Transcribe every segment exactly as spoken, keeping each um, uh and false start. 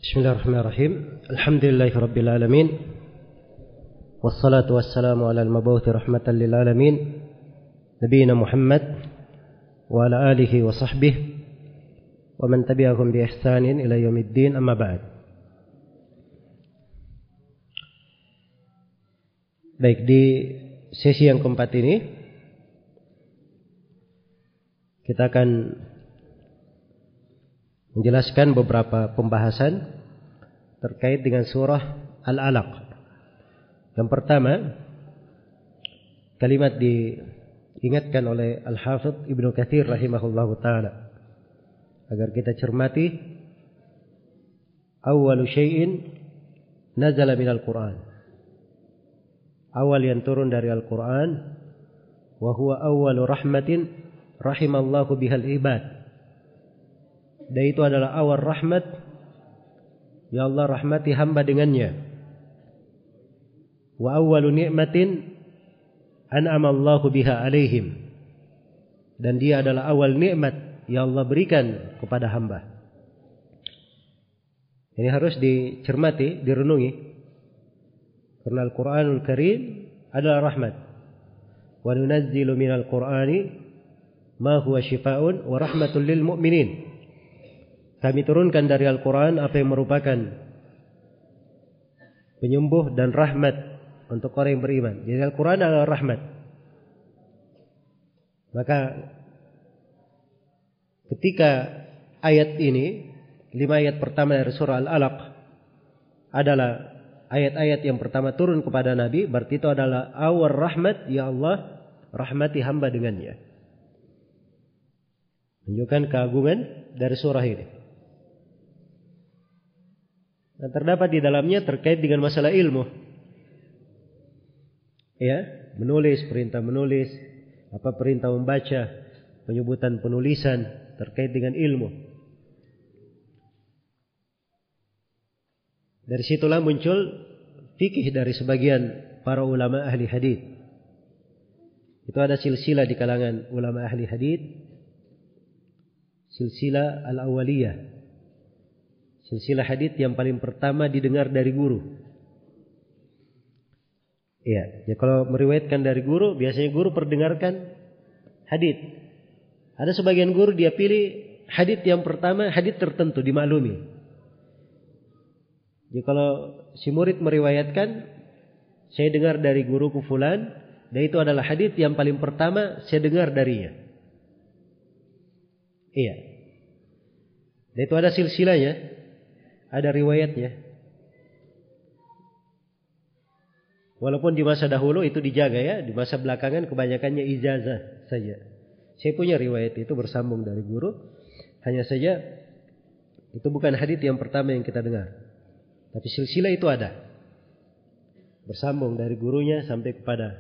Bismillahirrahmanirrahim. Alhamdulillahirabbil alamin. Wassalatu wassalamu ala al-mabuthi rahmatan lil alamin. Nabiyina Muhammad wa ala alihi wa sahbihi wa man tabi'ahum bi ihsanin ila yaumiddin, amma ba'd. Baik, di sesi yang keempat ini kita akan menjelaskan beberapa pembahasan terkait dengan surah Al-Alaq. Yang pertama, kalimat diingatkan oleh Al-Hafidh Ibnu Katsir rahimahullahu ta'ala agar kita cermati. Awwalu syai'in nazala minal Qur'an. Awal yang turun dari Al-Quran, wa huwa awwalu rahmatin rahimallahu bihal ibad. Dan itu adalah awal rahmat ya Allah rahmati hamba dengannya. Wa awwalu ni'matin an'amallahu biha alaihim. Dan dia adalah awal nikmat ya Allah berikan kepada hamba. Ini harus dicermati, direnungi. Karena Al-Quranul Karim adalah rahmat. Wa nunazzilu minal Qur'ani ma huwa shifaa'un wa rahmatul lil mu'minin. Kami turunkan dari Al-Quran apa yang merupakan penyembuh dan rahmat untuk orang yang beriman. Jadi Al-Quran adalah rahmat. Maka ketika ayat ini, lima ayat pertama dari surah Al-Alaq adalah ayat-ayat yang pertama turun kepada Nabi, berarti itu adalah awal rahmat, ya Allah rahmati hamba dengannya. Menunjukkan keagungan dari surah ini. Dan terdapat di dalamnya terkait dengan masalah ilmu. Ya, menulis, perintah menulis, apa perintah membaca, penyebutan penulisan terkait dengan ilmu. Dari situlah muncul fikih dari sebagian para ulama ahli hadis. Itu ada silsilah di kalangan ulama ahli hadis, silsilah al-awwaliyah. Silsilah hadits yang paling pertama didengar dari guru. Iya, ya kalau meriwayatkan dari guru, biasanya guru perdengarkan hadits. Ada sebagian guru dia pilih hadits yang pertama, hadits tertentu dimaklumi. Jadi kalau si murid meriwayatkan, saya dengar dari guruku fulan, dan itu adalah hadits yang paling pertama saya dengar darinya. Iya. Dan itu ada silsilahnya. Ada riwayatnya. Walaupun di masa dahulu itu dijaga ya, di masa belakangan kebanyakannya ijazah saja. Saya punya riwayat itu bersambung dari guru, hanya saja itu bukan hadits yang pertama yang kita dengar. Tapi silsilah itu ada. Bersambung dari gurunya sampai kepada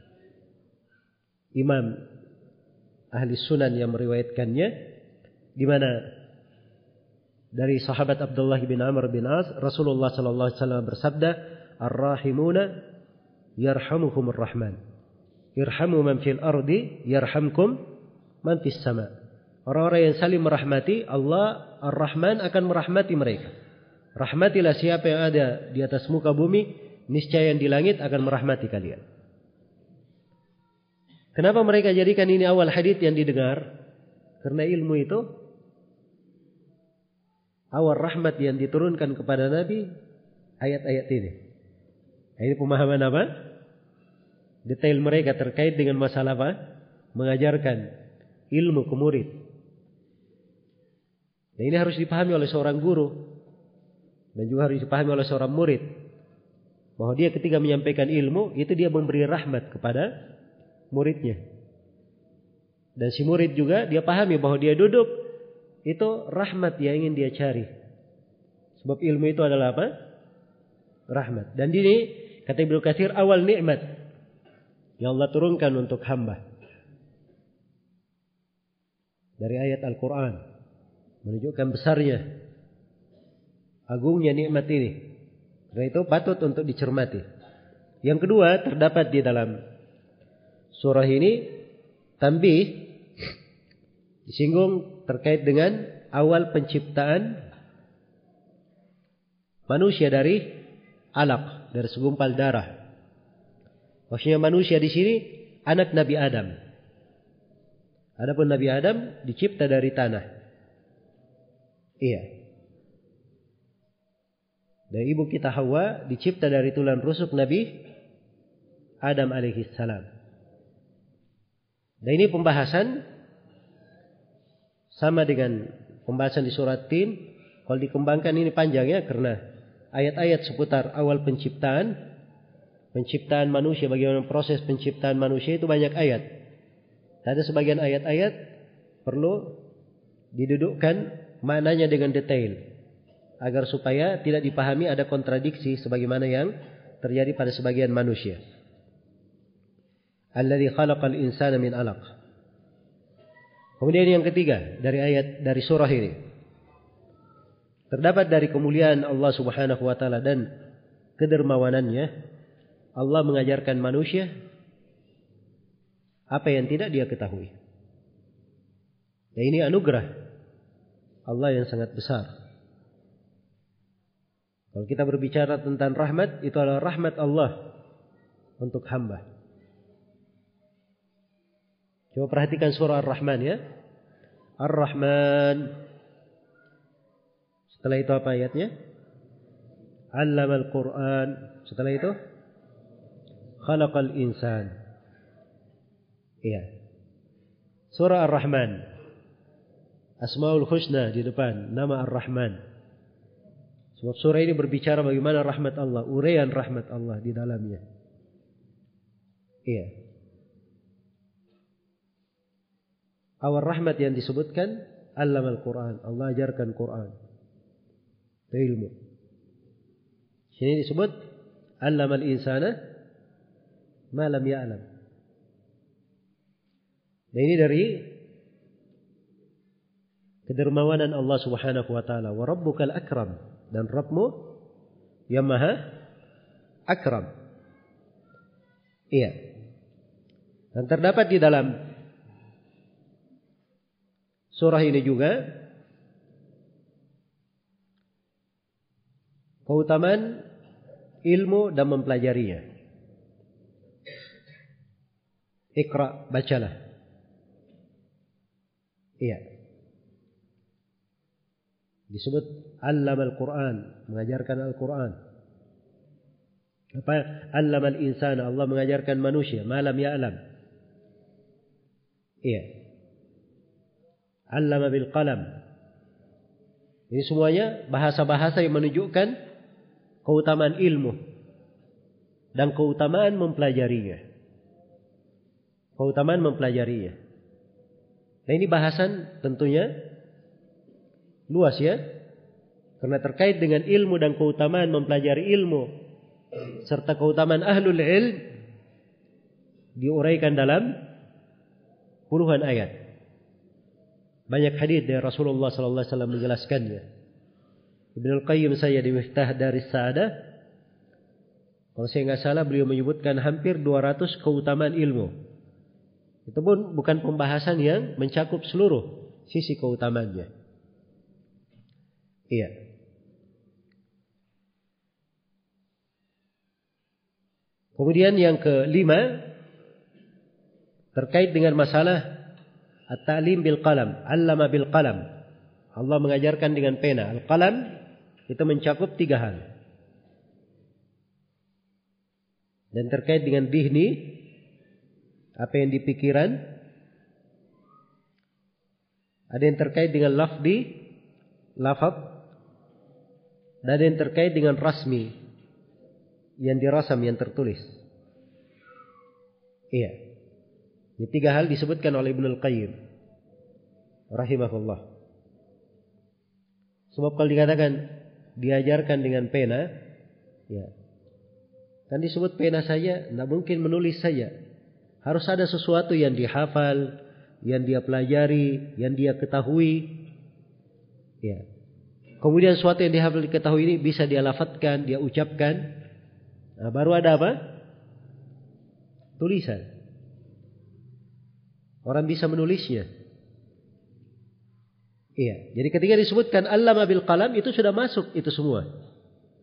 imam ahli sunan yang meriwayatkannya, di mana dari sahabat Abdullah bin Amr bin As, Rasulullah sallallahu alaihi wasallam bersabda, "Ar-rahimuna yarhamuhumur rahman. Irhamu man fil ardi yarhamkum man fis sama." Orang-orang yang saling merahmati, Allah Ar-Rahman akan merahmati mereka. Rahmatilah siapa yang ada di atas muka bumi, niscaya yang di langit akan merahmati kalian. Kenapa mereka jadikan ini awal hadits yang didengar? Karena ilmu itu awal rahmat yang diturunkan kepada Nabi, ayat-ayat ini. Ini pemahaman apa? Detail mereka terkait dengan masalah apa? Mengajarkan ilmu ke murid. Dan ini harus dipahami oleh seorang guru. Dan juga harus dipahami oleh seorang murid. Bahwa dia ketika menyampaikan ilmu, itu dia memberi rahmat kepada muridnya. Dan si murid juga dia pahami bahwa dia duduk itu rahmat yang ingin dia cari. Sebab ilmu itu adalah apa? Rahmat. Dan ini kata Ibnu Katsir awal nikmat yang Allah turunkan untuk hamba. Dari ayat Al-Quran menunjukkan besarnya, agungnya nikmat ini. Karena itu patut untuk dicermati. Yang kedua, terdapat di dalam surah ini tanbih, disinggung terkait dengan awal penciptaan manusia dari alaq, dari segumpal darah. Maksudnya manusia di sini anak Nabi Adam. Adapun Nabi Adam dicipta dari tanah. Iya. Dan ibu kita Hawa dicipta dari tulang rusuk Nabi Adam alaihi salam. Dan ini pembahasan sama dengan pembahasan di surat Tin. Kalau dikembangkan ini panjangnya karena ayat-ayat seputar awal penciptaan, penciptaan manusia, bagaimana proses penciptaan manusia itu banyak ayat. Ada sebagian ayat-ayat perlu didudukkan maknanya dengan detail agar supaya tidak dipahami ada kontradiksi sebagaimana yang terjadi pada sebagian manusia. Alladzi khalaqal insana min 'alaq. Kemudian yang ketiga dari ayat dari surah ini, terdapat dari kemuliaan Allah Subhanahu wa taala dan kedermawanannya, Allah mengajarkan manusia apa yang tidak dia ketahui. Dan ini anugerah Allah yang sangat besar. Kalau kita berbicara tentang rahmat, itu adalah rahmat Allah untuk hamba. Coba perhatikan surah Ar-Rahman ya. Ar-Rahman. Setelah itu apa ayatnya? Allamal Quran. Setelah itu Khalaqal insan. Iya. Surah Ar-Rahman. Asmaul Husna di depan, nama Ar-Rahman. Sebab surah ini berbicara bagaimana rahmat Allah, uraian rahmat Allah di dalamnya. Iya. Awal rahmat yang disebutkan Allamal Quran. Allah ajarkan Quran. Ilmu. Sini disebut Allamal insana ma lam ya'lam. Dan ini dari kedermawanan Allah Subhanahu wa taala. Wa rabbukal akram, dan Rabbmu yang maha akram. Iya. Dan terdapat di dalam surah ini juga keutamaan ilmu dan mempelajarinya. Iqra, bacalah. Iya. Disebut Allamal Quran, mengajarkan Al-Quran. Apa? Allamal insana, Allah mengajarkan manusia, malam ya'lam. Iya. Allama bil qalam. Ini semuanya bahasa-bahasa yang menunjukkan keutamaan ilmu dan keutamaan mempelajarinya. Keutamaan mempelajarinya. Nah ini bahasan tentunya luas ya. Karena terkait dengan ilmu dan keutamaan mempelajari ilmu serta keutamaan ahlul ilm diuraikan dalam puluhan ayat. Banyak hadis dari Rasulullah sallallahu alaihi wasallam menjelaskannya. Ibnu Qayyim saya di Miftah Daris Sa'adah, kalau saya enggak salah beliau menyebutkan hampir dua ratus keutamaan ilmu. Itu pun bukan pembahasan yang mencakup seluruh sisi keutamaannya. Iya. Kemudian yang kelima terkait dengan masalah at-ta'lim bil qalam, 'allama bil qalam. Allah mengajarkan dengan pena. Al-qalam itu mencakup tiga hal. Dan terkait dengan dhihni, apa yang dipikiran, ada yang terkait dengan lafzi, lafaz, dan ada yang terkait dengan rasmi, yang dirasam, yang tertulis. Iya. Ini tiga hal disebutkan oleh Ibnu Qayyim rahimahullah. Sebab kalau dikatakan diajarkan dengan pena, ya, kan disebut pena saja, tidak mungkin menulis saja. Harus ada sesuatu yang dihafal, yang dia pelajari, yang dia ketahui. Ya. Kemudian sesuatu yang dihafal diketahui ini bisa dia lafadzkan, dia ucapkan. Nah, baru ada apa? Tulisan. Orang bisa menulisnya. Iya. Jadi ketika disebutkan allama bil qalam, itu sudah masuk itu semua.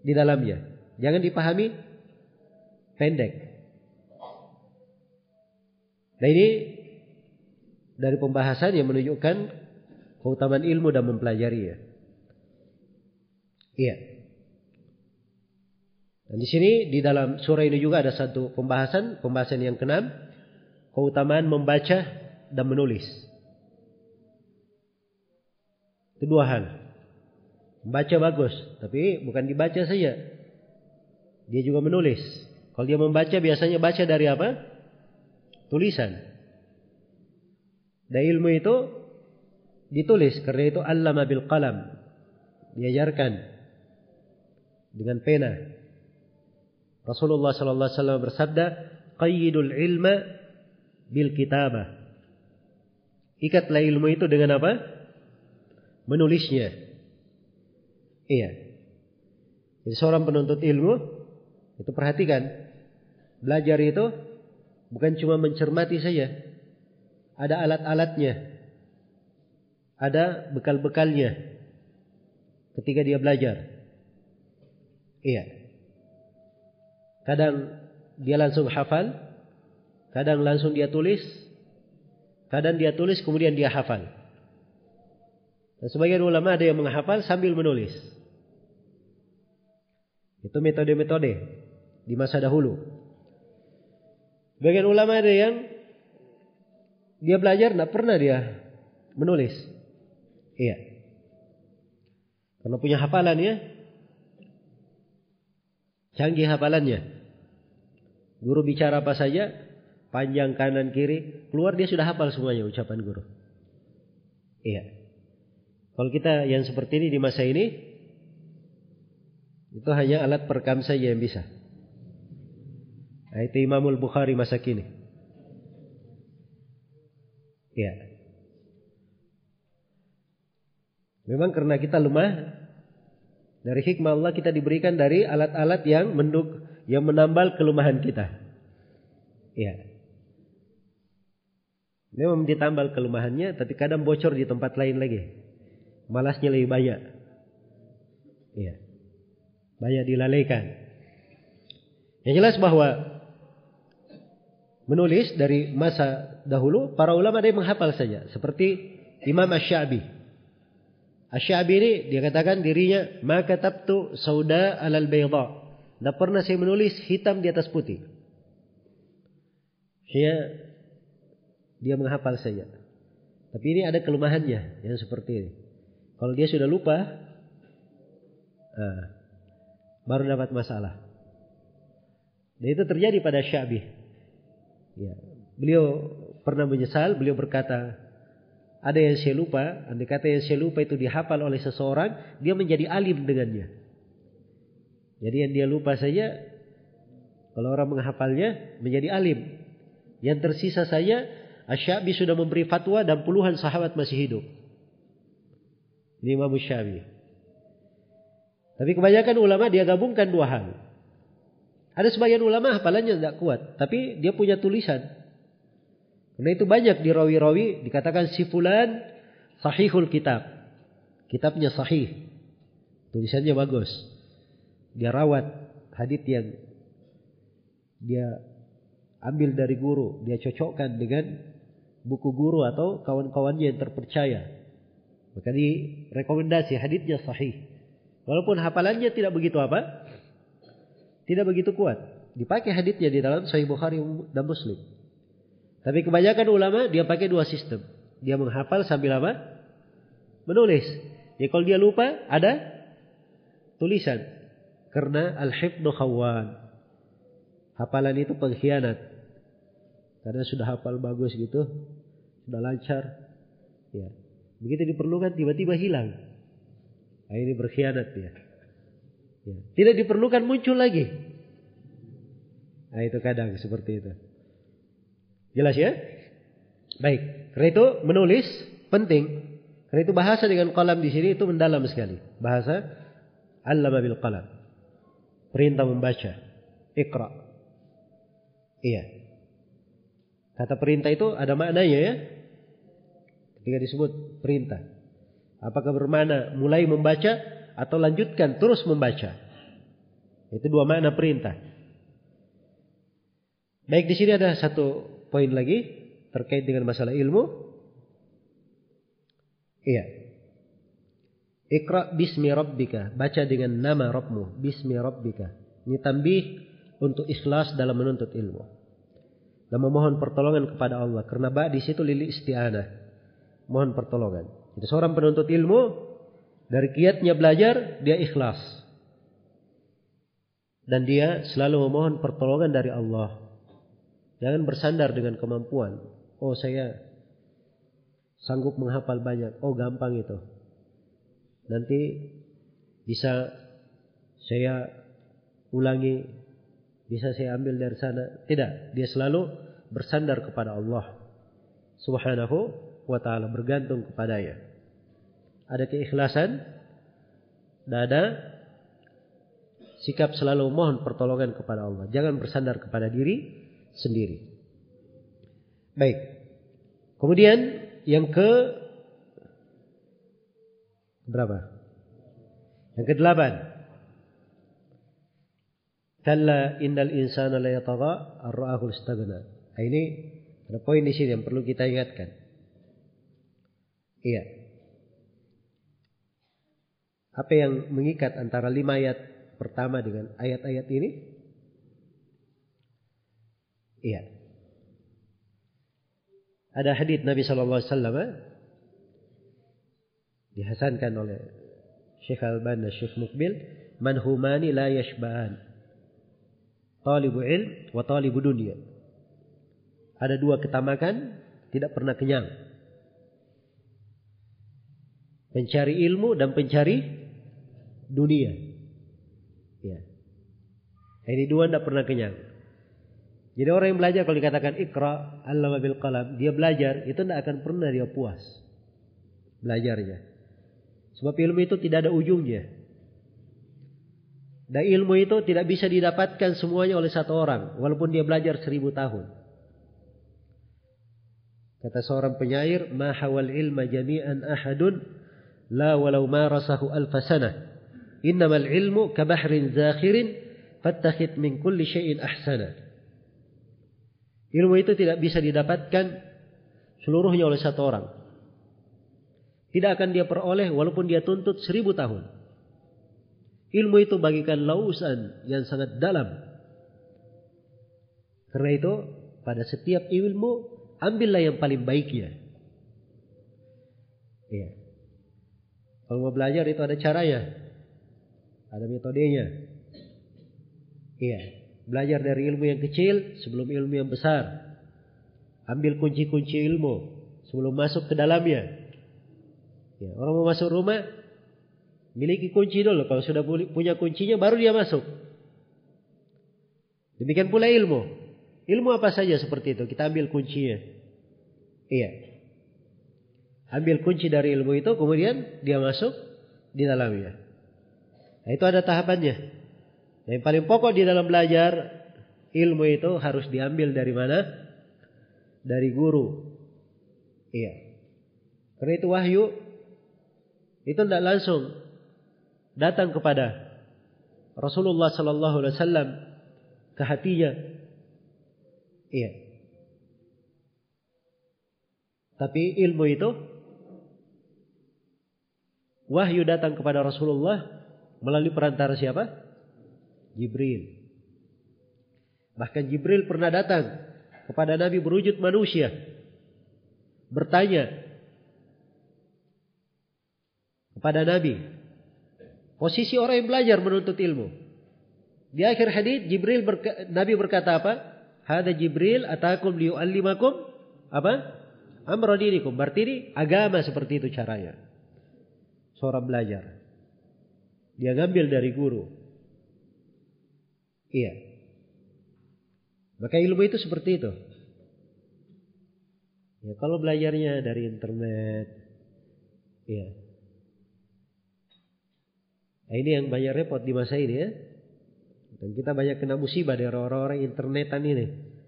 di dalamnya. Jangan dipahami pendek. Nah ini dari pembahasan yang menunjukkan keutamaan ilmu dan mempelajarinya. Iya. Dan di sini di dalam surah ini juga ada satu pembahasan, pembahasan yang keenam, keutamaan membaca dan menulis. Kedua hal. Membaca bagus, tapi bukan dibaca saja. Dia juga menulis. Kalau dia membaca biasanya baca dari apa? Tulisan. Dan ilmu itu ditulis, karena itu allama bil qalam. Diajarkan dengan pena. Rasulullah sallallahu alaihi wasallam bersabda, "Qayyidul ilma bil kitabah." Ikatlah ilmu itu dengan apa? Menulisnya. Iya. Jadi seorang penuntut ilmu itu perhatikan, belajar itu bukan cuma mencermati saja. Ada alat-alatnya. Ada bekal-bekalnya ketika dia belajar. Iya. Kadang dia langsung hafal, kadang langsung dia tulis, kadang dia tulis kemudian dia hafal. Dan sebagian ulama ada yang menghafal sambil menulis. Itu metode-metode di masa dahulu. Sebagian ulama ada yang dia belajar tidak pernah dia menulis. Iya. Karena punya hafalannya, canggih hafalannya. Guru bicara apa saja, panjang kanan kiri, keluar dia sudah hafal semuanya ucapan guru. Iya. Kalau kita yang seperti ini di masa ini, itu hanya alat perekam saja yang bisa. Nah, itu Imamul Bukhari masa kini. Iya. Memang karena kita lemah, dari hikmah Allah kita diberikan dari alat-alat yang menduk, yang menambal kelemahan kita. Iya. Memang ditambal kelemahannya, tapi kadang bocor di tempat lain lagi. Malasnya lebih banyak. Iya. Banyak dilalaikan. Yang jelas bahwa menulis dari masa dahulu, para ulama dia menghafal saja. Seperti Imam Asy-Sya'bi. Asy-Sya'bi ini dia katakan dirinya, "Ma katabtu sauda alal bayda." Tidak pernah saya menulis hitam di atas putih. Dia dia menghafal saja. Tapi ini ada kelemahannya yang seperti ini. Kalau dia sudah lupa, nah, baru dapat masalah. Dan itu terjadi pada Sya'bi. Ya, beliau pernah menyesal, beliau berkata, ada yang saya lupa, andai kata yang saya lupa itu dihafal oleh seseorang, dia menjadi alim dengannya. Jadi yang dia lupa saja, kalau orang menghafalnya menjadi alim. Yang tersisa saja, Asy-Sya'bi sudah memberi fatwa dan puluhan sahabat masih hidup. Ini Imam Asy-Sya'bi. Tapi kebanyakan ulama dia gabungkan dua hal. Ada sebagian ulama hafalannya tidak kuat, tapi dia punya tulisan. Karena itu banyak di rawi-rawi dikatakan si fulan sahihul kitab. Kitabnya sahih. Tulisannya bagus. Dia rawat hadits yang dia ambil dari guru, dia cocokkan dengan buku guru atau kawan-kawannya yang terpercaya. Maka direkomendasi haditsnya sahih. Walaupun hafalannya tidak begitu apa? Tidak begitu kuat. Dipakai haditsnya di dalam Sahih Bukhari dan Muslim. Tapi kebanyakan ulama dia pakai dua sistem. Dia menghafal sambil apa? Menulis. Jadi kalau dia lupa ada tulisan. Karena al-hifdhu khawan. Hafalan itu pengkhianat. Karena sudah hafal bagus gitu, sudah lancar. Ya. Begitu diperlukan tiba-tiba hilang. Nah, ini berkhianat ya. Ya. Tidak diperlukan muncul lagi. Nah itu kadang seperti itu. Jelas ya? Baik. Karena itu menulis penting. Karena itu bahasa dengan qalam di sini itu mendalam sekali. Bahasa allama bil qalam. Perintah membaca. Iqra. Iya. Kata perintah itu ada maknanya ya. Ketika disebut perintah. Apakah bermakna mulai membaca atau lanjutkan terus membaca? Itu dua makna perintah. Baik, di sini ada satu poin lagi terkait dengan masalah ilmu. Iya. Iqra bismi rabbika, baca dengan nama Rabbmu, bismi rabbika. Ini tambih untuk ikhlas dalam menuntut ilmu dan memohon pertolongan kepada Allah, karena ba di situ lili isti'anah, mohon pertolongan. Jadi seorang penuntut ilmu dari kiatnya belajar, dia ikhlas dan dia selalu memohon pertolongan dari Allah. Jangan bersandar dengan kemampuan. Oh, saya sanggup menghafal banyak. Oh, gampang itu. Nanti bisa saya ulangi, bisa saya ambil dari sana. Tidak, dia selalu bersandar kepada Allah Subhanahu wa ta'ala, bergantung kepadanya. Ada keikhlasan dan ada sikap selalu mohon pertolongan kepada Allah. Jangan bersandar kepada diri sendiri. Baik. Kemudian yang ke berapa? Yang ke delapan. Kalla innal insana la yatagha ar-ra'ahu istaghna. Nah, ini ada poin di sini yang perlu kita ingatkan. Iya. Apa yang mengikat antara lima ayat pertama dengan ayat-ayat ini? Iya. Ada hadits Nabi sallallahu alaihi wasallam dihasankan oleh Syekh Al-Albani dan Syekh Muqbil, man humani la yashba'an, talibu ilm wa talibu dunya. Ada dua ketamakan tidak pernah kenyang, pencari ilmu dan pencari dunia. Ya. Ini dua tidak pernah kenyang. Jadi orang yang belajar, kalau dikatakan Iqra 'allama bil qalam, dia belajar, itu tidak akan pernah dia puas belajarnya. Sebab ilmu itu tidak ada ujungnya. Dan ilmu itu tidak bisa didapatkan semuanya oleh satu orang, walaupun dia belajar seribu tahun. Kata seorang penyair, ma hawal ilma jami'an ahadun la walau marasahu alfa sanah. Innamal ilmu kabahrin zakhirin fattakhid min kulli syai'in ahsana. Ilmu itu tidak bisa didapatkan seluruhnya oleh satu orang. Tidak akan dia peroleh walaupun dia tuntut seribu tahun. Ilmu itu bagikan lausan yang sangat dalam. Karena itu pada setiap ilmu ambillah yang paling baiknya. Iya. Kalau mau belajar itu ada caranya, ada metodenya. Iya. Belajar dari ilmu yang kecil sebelum ilmu yang besar. Ambil kunci-kunci ilmu sebelum masuk ke dalamnya. Ya, orang mau masuk rumah, miliki kunci dulu. Kalau sudah punya kuncinya, baru dia masuk. Demikian pula ilmu. Ilmu apa saja seperti itu, kita ambil kuncinya. Iya. Ambil kunci dari ilmu itu, kemudian dia masuk di dalamnya. Nah, itu ada tahapannya. Yang paling pokok di dalam belajar ilmu itu harus diambil dari mana? Dari guru. Iya. Karena itu wahyu itu tidak langsung datang kepada Rasulullah sallallahu alaihi wasallam ke hatinya. Iya. Tapi ilmu itu wahyu datang kepada Rasulullah melalui perantara siapa? Jibril. Bahkan Jibril pernah datang kepada Nabi berwujud manusia, bertanya kepada Nabi posisi orang yang belajar menuntut ilmu. Di akhir hadis Jibril berka, Nabi berkata apa? Hada Jibril atakum liyu'allimakum apa? Amra dinikum. Berarti ini agama seperti itu caranya. Seorang belajar, dia ngambil dari guru. Iya. Maka ilmu itu seperti itu. Ya, kalau belajarnya dari internet, iya. Nah, ini yang banyak repot di masa ini ya. Dan kita banyak kena musibah dari orang-orang internetan ini.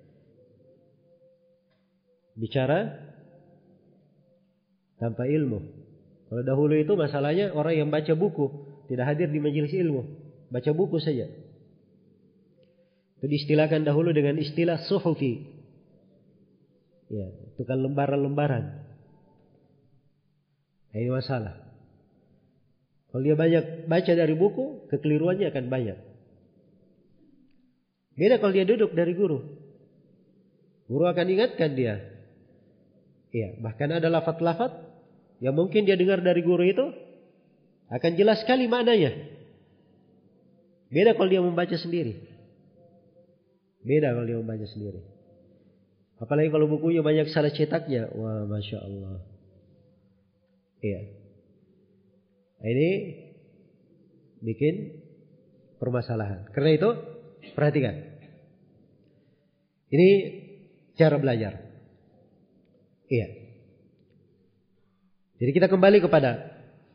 Bicara tanpa ilmu. Kalau dahulu itu masalahnya orang yang baca buku tidak hadir di majelis ilmu, baca buku saja. Itu diistilahkan dahulu dengan istilah suhufi. Ya, itu kan lembaran-lembaran. Nah, ini masalah. Kalau dia banyak baca dari buku, kekeliruannya akan banyak. Beda kalau dia duduk dari guru. Guru akan ingatkan dia. Iya, bahkan ada lafaz-lafaz yang mungkin dia dengar dari guru itu akan jelas sekali maknanya. Beda kalau dia membaca sendiri. Beda kalau dia membaca sendiri. Apalagi kalau bukunya banyak salah cetaknya. Wah, Masya Allah. Iya. Nah, ini bikin permasalahan. Karena itu, perhatikan. Ini cara belajar. Iya. Jadi kita kembali kepada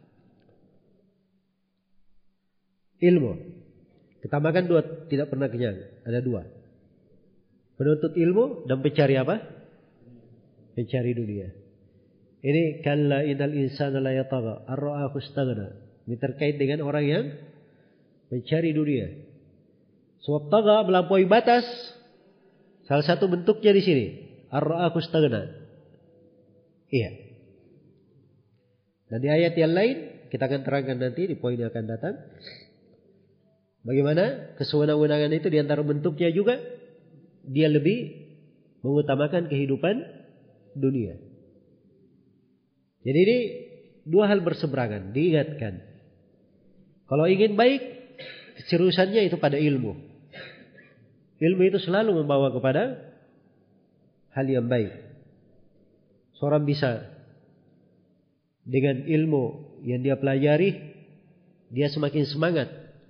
ilmu. Ketamakan dua, tidak pernah kenyang. Ada dua. Penuntut ilmu dan pencari apa? Pencari dunia. Ini kalla innal insana la yatagha ar-ra'ahu istaghna. Ini terkait dengan orang yang mencari dunia. Sebab tagha melampaui batas. Salah satu bentuknya di sini, ar-ra'ahu istaghna. Iya. Dan di ayat yang lain kita akan terangkan nanti di poin yang akan datang. Bagaimana kesewenang-wenangan itu di antara bentuknya juga dia lebih mengutamakan kehidupan dunia. Jadi ini dua hal berseberangan, diingatkan. Kalau ingin baik, keseriusannya itu pada ilmu. Ilmu itu selalu membawa kepada hal yang baik. Seorang bisa dengan ilmu yang dia pelajari, dia semakin semangat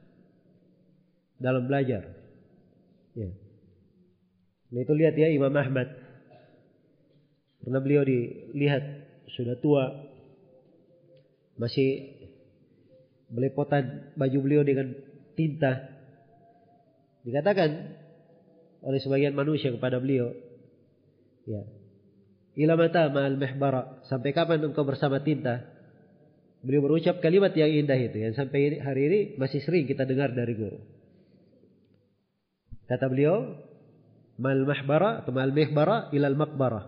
dalam belajar. Ya. Nah, itu lihat ya Imam Ahmad. Karena beliau dilihat sudah tua, masih belepotan baju beliau dengan tinta. Dikatakan oleh sebagian manusia kepada beliau, ya, ila mata ma'al mihbara, sampai kapan engkau bersama tinta? Beliau berucap kalimat yang indah itu, yang sampai hari ini masih sering kita dengar dari guru. Kata beliau, ma'al mihbara atau ma'al mihbara ilal maqbarah.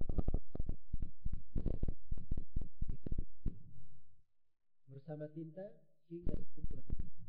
Bersama tinta hingga kuburan.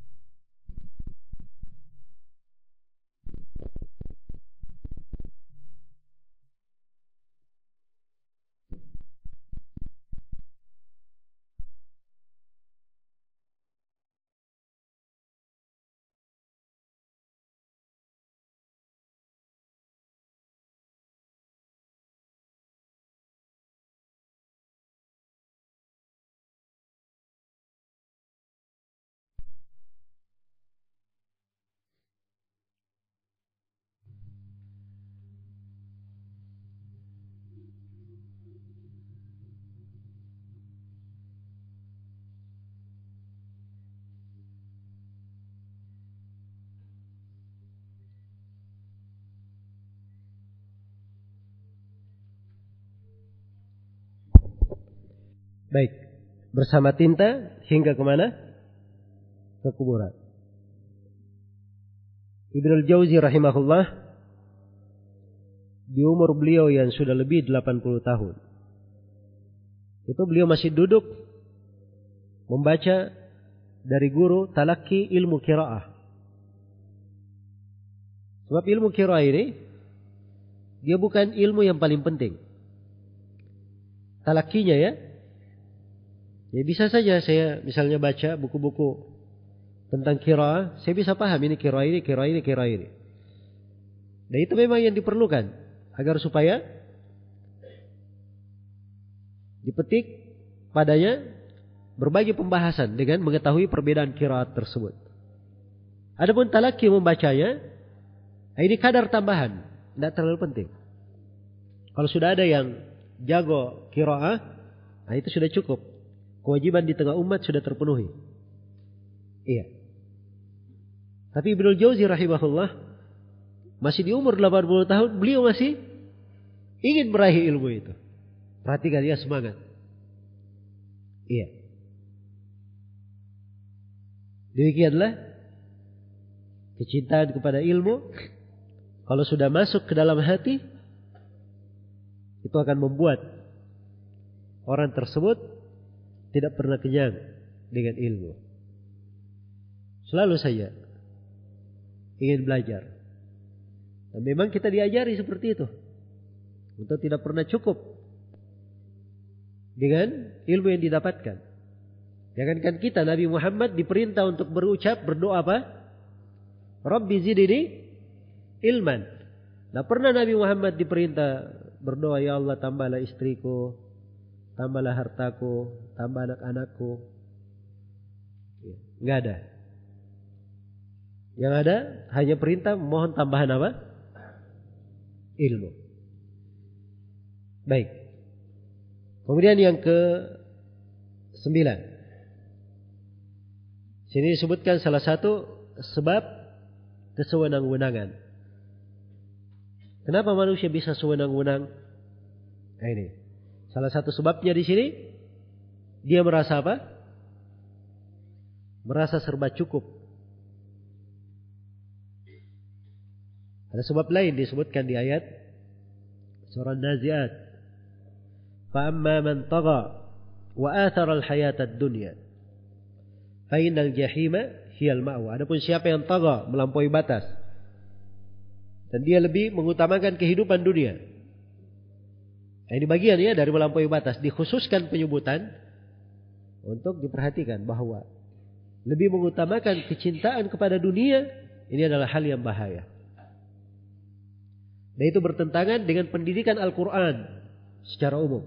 Baik, bersama tinta hingga kemana? Ke kuburan. Ibnul Jauzi rahimahullah, di umur beliau yang sudah lebih delapan puluh tahun, itu beliau masih duduk membaca dari guru talaki ilmu qiraah. Sebab ilmu qiraah ini dia bukan ilmu yang paling penting. Talakinya ya, ya bisa saja saya misalnya baca buku-buku tentang qiraah, saya bisa paham ini qiraah ini, qiraah ini, qiraah ini. Dan itu memang yang diperlukan agar supaya dipetik padanya berbagai pembahasan dengan mengetahui perbedaan qiraat tersebut. Adapun talaki membacanya, ini kadar tambahan, tidak terlalu penting. Kalau sudah ada yang jago qiraah, nah itu sudah cukup. Kewajiban di tengah umat sudah terpenuhi. Iya. Tapi Ibnul Jauzi rahimahullah masih di umur delapan puluh tahun, beliau masih ingin meraih ilmu itu. Perhatikan dia semangat. Iya. Demikianlah kecintaan kepada ilmu kalau sudah masuk ke dalam hati, itu akan membuat orang tersebut tidak pernah kenyang dengan ilmu. Selalu saja ingin belajar. Dan memang kita diajari seperti itu. Untuk tidak pernah cukup dengan ilmu yang didapatkan. Jangankan kita, Nabi Muhammad diperintah untuk berucap, berdoa apa? Rabbi zidni ilman. Nah, pernah Nabi Muhammad diperintah berdoa, ya Allah tambahlah istriku, tambahlah hartaku, tambah anak-anakku. Enggak ada. Yang ada hanya perintah mohon tambahan apa? Ilmu. Baik. Kemudian yang ke sembilan. Sini disebutkan salah satu sebab kesewenang-wenangan. Kenapa manusia bisa sewenang-wenang? Nah ini. Salah satu sebabnya di sini dia merasa apa? Merasa serba cukup. Ada sebab lain disebutkan di ayat surah Nazi'at. Fa amma man tagha wa athara al-hayata ad-dunya fa innal jahima hiyal ma'wa. Adapun siapa yang tagha, melampaui batas, dan dia lebih mengutamakan kehidupan dunia. Nah, ini bagian ya dari melampaui batas. Dikhususkan penyebutan untuk diperhatikan bahwa lebih mengutamakan kecintaan kepada dunia, ini adalah hal yang bahaya. Dan itu bertentangan dengan pendidikan Al-Quran secara umum.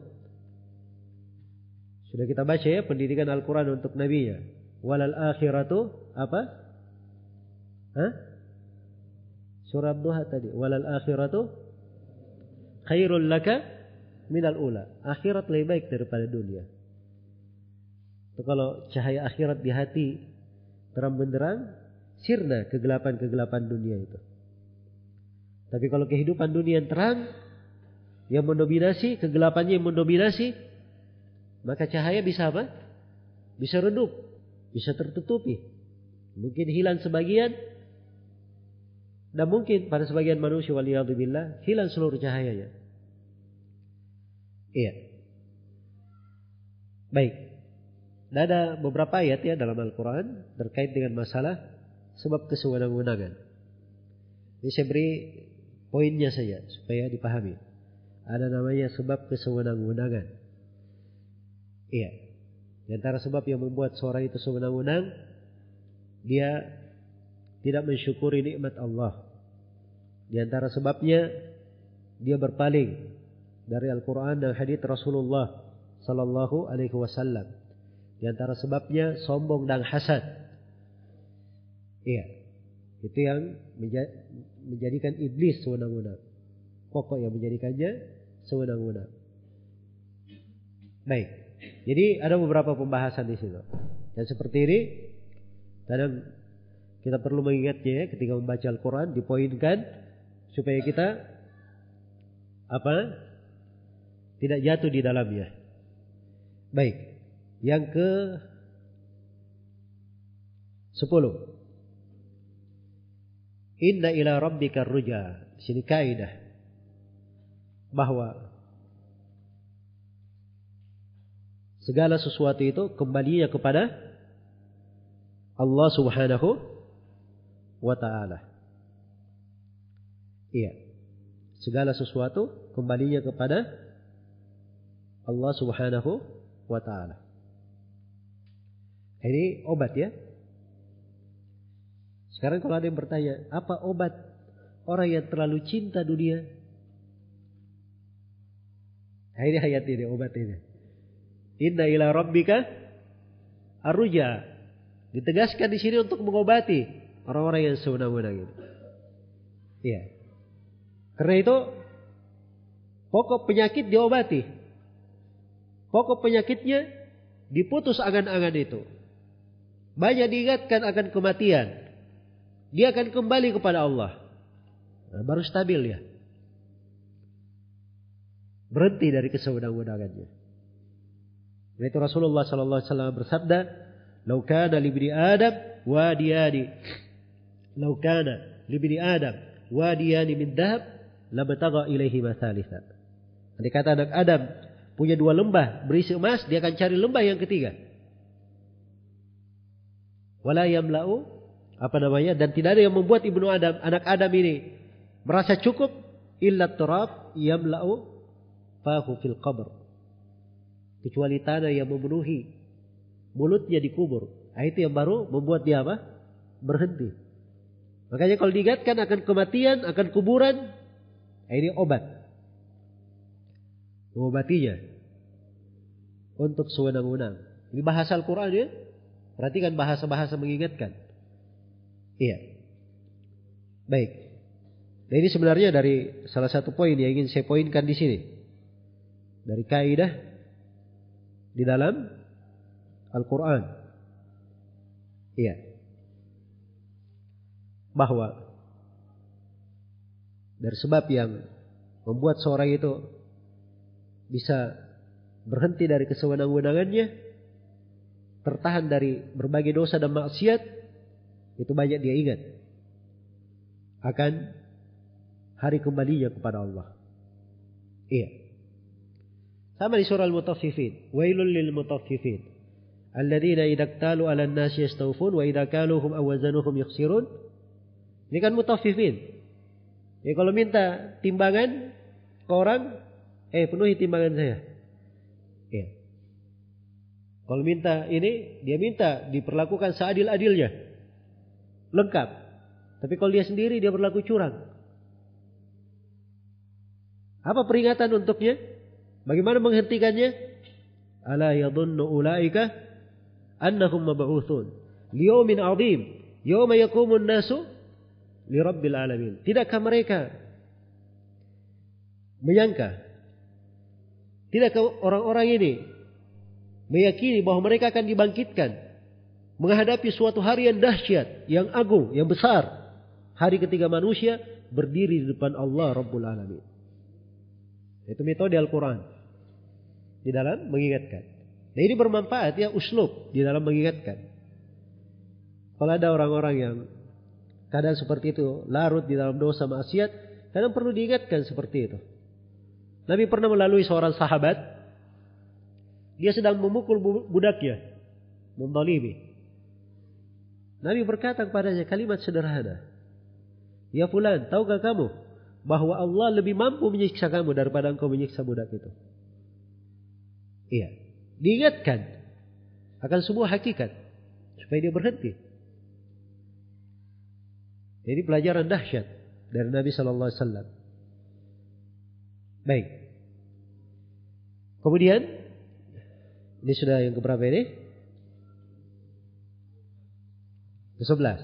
Sudah kita baca ya pendidikan Al-Quran untuk nabinya. Walal akhiratu apa? Hah? Surah Duha tadi. Walal akhiratu khairul laka minal ula. Akhirat lebih baik daripada dunia. Itu kalau cahaya akhirat di hati terang benderang, sirna kegelapan-kegelapan dunia itu. Tapi kalau kehidupan dunia yang terang, yang mendominasi, kegelapannya yang mendominasi, maka cahaya bisa apa? Bisa redup, bisa tertutupi. Mungkin hilang sebagian, dan mungkin pada sebagian manusia waliyadzubillah hilang seluruh cahayanya. Iya. Baik. Dan ada beberapa ayat ya dalam Al-Quran terkait dengan masalah sebab kesewenang-wenangan. Ini saya beri poinnya saja supaya dipahami. Ada namanya sebab kesewenang-wenangan. Iya. Di antara sebab yang membuat seorang itu sewenang-wenang, dia tidak mensyukuri nikmat Allah. Di antara sebabnya dia berpaling dari Al-Quran dan hadits Rasulullah Sallallahu Alaihi Wasallam. Di antara sebabnya sombong dan hasad. Iya. Itu yang menjadikan iblis sewenang-wenang. Pokok yang menjadikannya sewenang-wenang. Baik. Jadi ada beberapa pembahasan di situ. Dan seperti ini, kadang kita perlu mengingatnya ya, ketika membaca Al-Quran, dipoinkan supaya kita apa? Tidak jatuh di dalamnya. Baik. Yang ke sepuluh. Inna ila rabbika ruja. Di sini kaidah bahwa segala sesuatu itu kembalinya kepada Allah Subhanahu wa ta'ala. Iya. Segala sesuatu kembalinya kepada Allah Subhanahu wa ta'ala. Ini obat ya. Sekarang kalau ada yang bertanya, apa obat orang yang terlalu cinta dunia? Nah, ini ayat ini, obat ini. Inna ila rabbika arruja. Ditegaskan di sini untuk mengobati orang-orang yang sewenang-wenang ini. Iya. Karena itu pokok penyakit diobati. Pokok penyakitnya diputus angan-angan itu. Banyak diingatkan akan kematian. Dia akan kembali kepada Allah. Nah, baru stabil ya. Berhenti dari kesewenang-wenangannya. Nah, itu Rasulullah sallallahu alaihi wasallam bersabda, "Lau kana li ibni Adam wadiyani." Lau kana li ibni Adam wadiyani min dhahab labtagha ilaihi mathalitha. Andai kata anak Adam punya dua lembah berisi emas, dia akan cari lembah yang ketiga. Wala yamla'u, apa namanya, dan tidak ada yang membuat ibnu Adam, anak Adam ini merasa cukup illa turab yamla'u fahu fil qabr, kecuali tanah yang memenuhi mulutnya di kubur. Nah, itu yang baru membuat dia apa? Berhenti. Makanya kalau diingatkan akan kematian, akan kuburan, nah ini obat, mengobatinya untuk sewenang-wenang. Ini bahasa Al-Quran ya. Perhatikan bahasa-bahasa mengingatkan. Iya. Baik. Nah, ini sebenarnya dari salah satu poin yang ingin saya poinkan di sini. Dari kaidah di dalam Al-Quran. Iya. Bahwa dari sebab yang membuat seorang itu bisa berhenti dari kesewenang-wenangannya, tertahan dari berbagai dosa dan maksiat, itu banyak dia ingat akan hari kembalinya kepada Allah. Iya. Sama di surah Al-Mutaffifin. Wailul lil mutaffifin alladzina idza iktalu 'alan nasi yastawfun wa idza kaluhum aw wazanuhum yakhsirun. Ini kan mutaffifin. Ya, kalau minta timbangan ke orang, eh penuhi timbangan saya. Iya. Kalau minta ini, dia minta diperlakukan seadil-adilnya, lengkap. Tapi kalau dia sendiri, dia berlaku curang. Apa peringatan untuknya? Bagaimana menghentikannya? Ala yadhunnu ulaika annahum mab'utsun liyaumin 'adzim yauma yaqumun nasu lirabbil alamin. Tidakkah mereka menyangka? Tidakkah orang-orang ini meyakini bahwa mereka akan dibangkitkan menghadapi suatu hari yang dahsyat, yang agung, yang besar, hari ketika manusia berdiri di depan Allah Rabbul Alamin. Itu metode Al-Quran di dalam mengingatkan. Nah, ini bermanfaat ya, uslub di dalam mengingatkan. Kalau ada orang-orang yang kadang seperti itu, larut di dalam dosa maksiat, kadang perlu diingatkan seperti itu. Nabi pernah melalui seorang sahabat, dia sedang memukul budaknya, menzalimi. Nabi berkata kepadanya kalimat sederhana. Ya fulan, tahukah kamu bahwa Allah lebih mampu menyiksa kamu daripada engkau menyiksa budak itu? Iya. Diingatkan akan sebuah hakikat supaya dia berhenti. Ini pelajaran dahsyat dari Nabi Sallallahu Alaihi Wasallam. Baik. Kemudian ini sudah yang keberapa ini? Ke sebelas.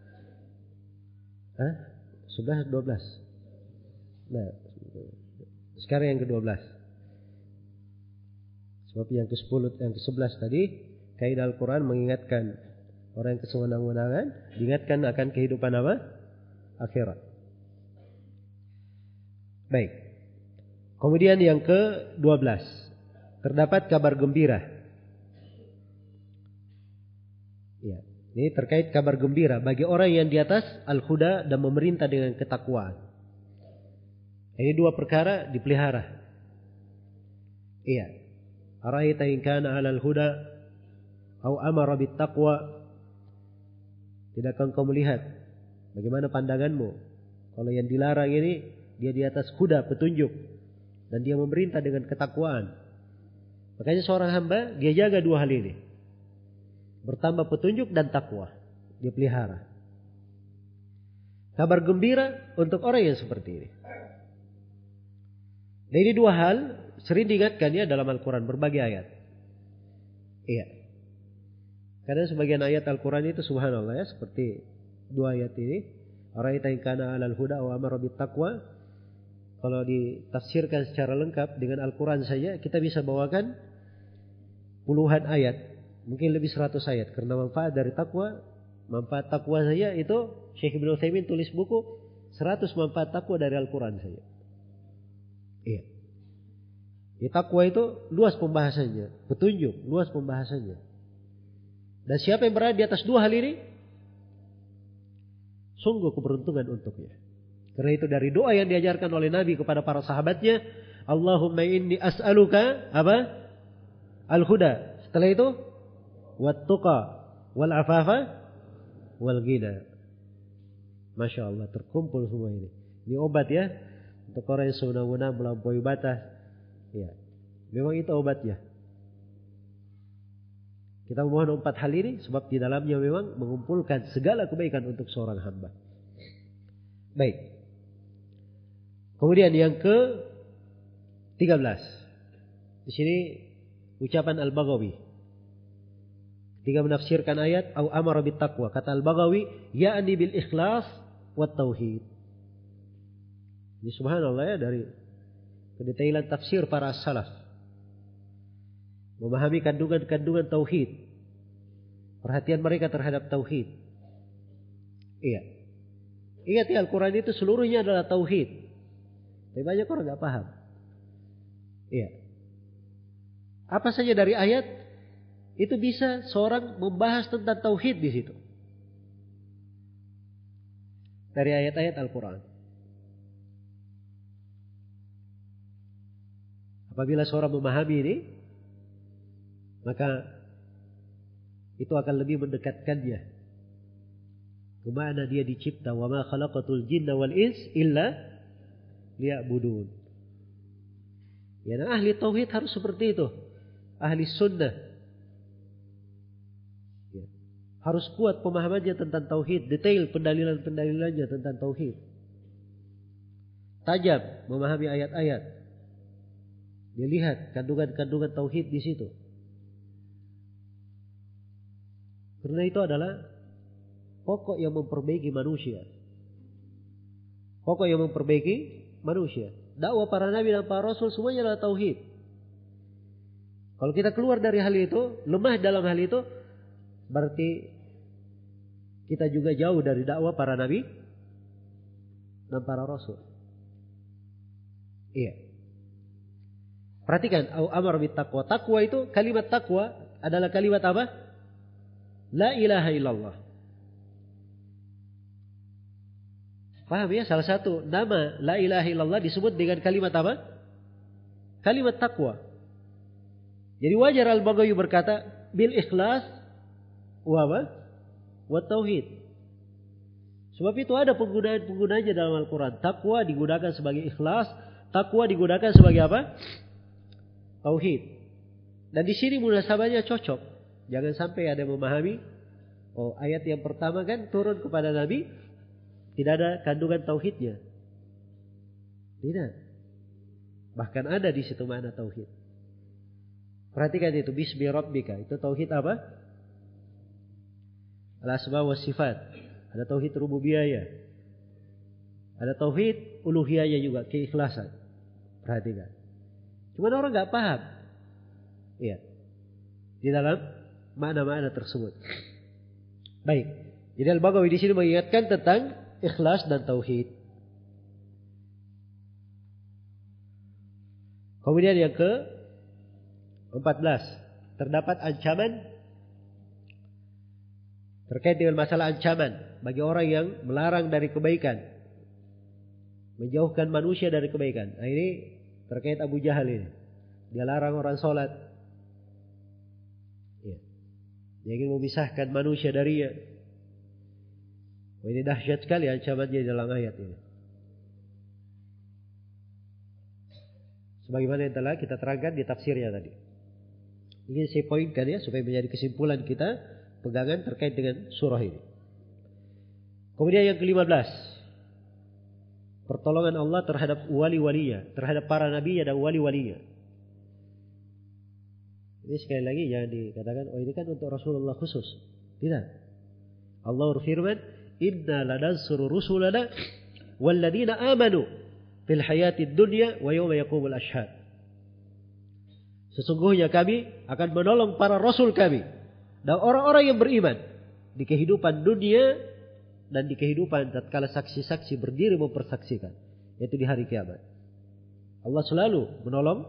Hah? Sebelas, dua belas. Nah, sekarang yang ke dua belas. Sebab yang ke sepuluh, yang ke sebelas tadi, kaidah Al-Quran mengingatkan orang yang kesewenang-wenangan, diingatkan akan kehidupan apa? Akhirat. Baik. Kemudian yang ke dua belas. Terdapat kabar gembira. Ya, ini terkait kabar gembira bagi orang yang di atas al-huda dan memerintah dengan ketakwaan. Ini dua perkara dipelihara. Iya. Araita in kana 'alal huda au amara bit taqwa. Tidakkah engkau melihat bagaimana pandanganmu kalau yang dilarang ini dia di atas huda, petunjuk, dan dia memerintah dengan ketakwaan. Makanya seorang hamba dia jaga dua hal ini. Bertambah petunjuk dan takwa. Dia pelihara. Kabar gembira untuk orang yang seperti ini. Dan ini dua hal sering diingatkan ya dalam Al-Quran, berbagai ayat. Iya. Karena sebagian ayat Al-Quran itu subhanallah ya, seperti dua ayat ini. Araita in kana 'alal huda wa amara bit taqwa. Kalau ditafsirkan secara lengkap dengan Al-Quran saja, kita bisa bawakan puluhan ayat, mungkin lebih seratus ayat. Karena manfaat dari takwa, manfaat takwa saja itu Syekh Ibnu Utsaimin tulis buku seratus manfaat takwa dari Al-Quran saja. Iya. Ya, takwa itu luas pembahasannya, petunjuk luas pembahasannya. Dan siapa yang berada di atas dua hal ini, sungguh keberuntungan untuknya. Karena itu dari doa yang diajarkan oleh Nabi kepada para sahabatnya, Allahumma inni as'aluka apa? Al-huda. Setelah itu wat-tuqa wal-afafa wal-ghina. Masya Allah, terkumpul semua ini. Ini obat ya untuk orang yang semena-mena melampaui batas. Ya, memang itu obatnya. Kita memohon empat hal ini sebab di dalamnya memang mengumpulkan segala kebaikan untuk seorang hamba. Baik. Kemudian yang ke tiga belas. Di sini ucapan Al-Baghawi. Ketika menafsirkan ayat au amara bit taqwa, kata Al-Baghawi, ya'ni bil ikhlas wat tauhid. Ini subhanallah ya, dari kedetailan tafsir para salaf. Memahami kandungan-kandungan tauhid. Perhatian mereka terhadap tauhid. Iya. Ingat ya, Al-Quran itu seluruhnya adalah tauhid. Tapi banyak orang gak paham. Iya. Apa saja dari ayat itu bisa seorang membahas tentang tauhid di situ. Dari ayat-ayat Al-Quran. Apabila seorang memahami ini, maka itu akan lebih mendekatkannya kemana dia dicipta. Wa ma khalaqatul jinna wal ins illa liya'budun. Ya, nah, ahli tauhid harus seperti itu. Ahli sunnah ya, harus kuat pemahamannya tentang tauhid, detail pendalilan-pendalilannya tentang tauhid. Tajam memahami ayat-ayat. Dia lihat kandungan-kandungan tauhid di situ. Karena itu adalah pokok yang memperbaiki manusia. Pokok yang memperbaiki manusia. Dakwah para nabi dan para rasul semuanya adalah tauhid. Kalau kita keluar dari hal itu, lemah dalam hal itu, berarti kita juga jauh dari dakwah para nabi dan para rasul. Iya. Perhatikan, au amar bit taqwa. Taqwa itu, kalimat taqwa adalah kalimat apa? La ilaha illallah. Paham ya? Salah satu nama la ilaha illallah disebut dengan kalimat apa? Kalimat taqwa. Jadi wajar Al-Baghawi berkata bil ikhlas wa apa? Wa tauhid. Sebab itu ada penggunaan-penggunaannya dalam Al-Quran. Taqwa digunakan sebagai ikhlas, taqwa digunakan sebagai apa? Tauhid. Dan di sini munasabahnya cocok. Jangan sampai ada yang memahami, oh ayat yang pertama kan turun kepada Nabi, tidak ada kandungan tauhidnya. Tidak. Bahkan ada di situ makna tauhid. Perhatikan itu, bismi rabbika. Itu tauhid apa? Al-asma wa sifat. Ada tauhid rububiyah. Ada tauhid uluhiyah juga, keikhlasan. Perhatikan. Cuma orang enggak paham. Iya. Di dalam makna-makna tersebut. Baik. Jadi Al-Baghawi di sini mengingatkan tentang ikhlas dan tauhid. Kemudian yang ke empat belas, terdapat ancaman terkait dengan masalah ancaman bagi orang yang melarang dari kebaikan, menjauhkan manusia dari kebaikan. Nah, ini terkait Abu Jahal ini. Dia larang orang sholat. Ya. Dia ingin memisahkan manusia darinya. Oh, ini dahsyat sekali ancamannya dalam ayat ini. Sebagaimana yang telah kita terangkan di tafsirnya tadi. Ini saya poinkan ya supaya menjadi kesimpulan kita pegangan terkait dengan surah ini. Kemudian yang kelima belas, pertolongan Allah terhadap wali-walinya, terhadap para nabi dan wali-walinya. Ini sekali lagi jangan dikatakan, oh ini kan untuk Rasulullah khusus. Tidak. Allah berfirman, inna lanansuru rusulana walladzina amanu fil hayatid dunya wa yawma yaqumul ashhad. Sesungguhnya kami akan menolong para rasul kami dan orang-orang yang beriman di kehidupan dunia dan di kehidupan tatkala saksi-saksi berdiri mempersaksikan, yaitu di hari kiamat. Allah selalu menolong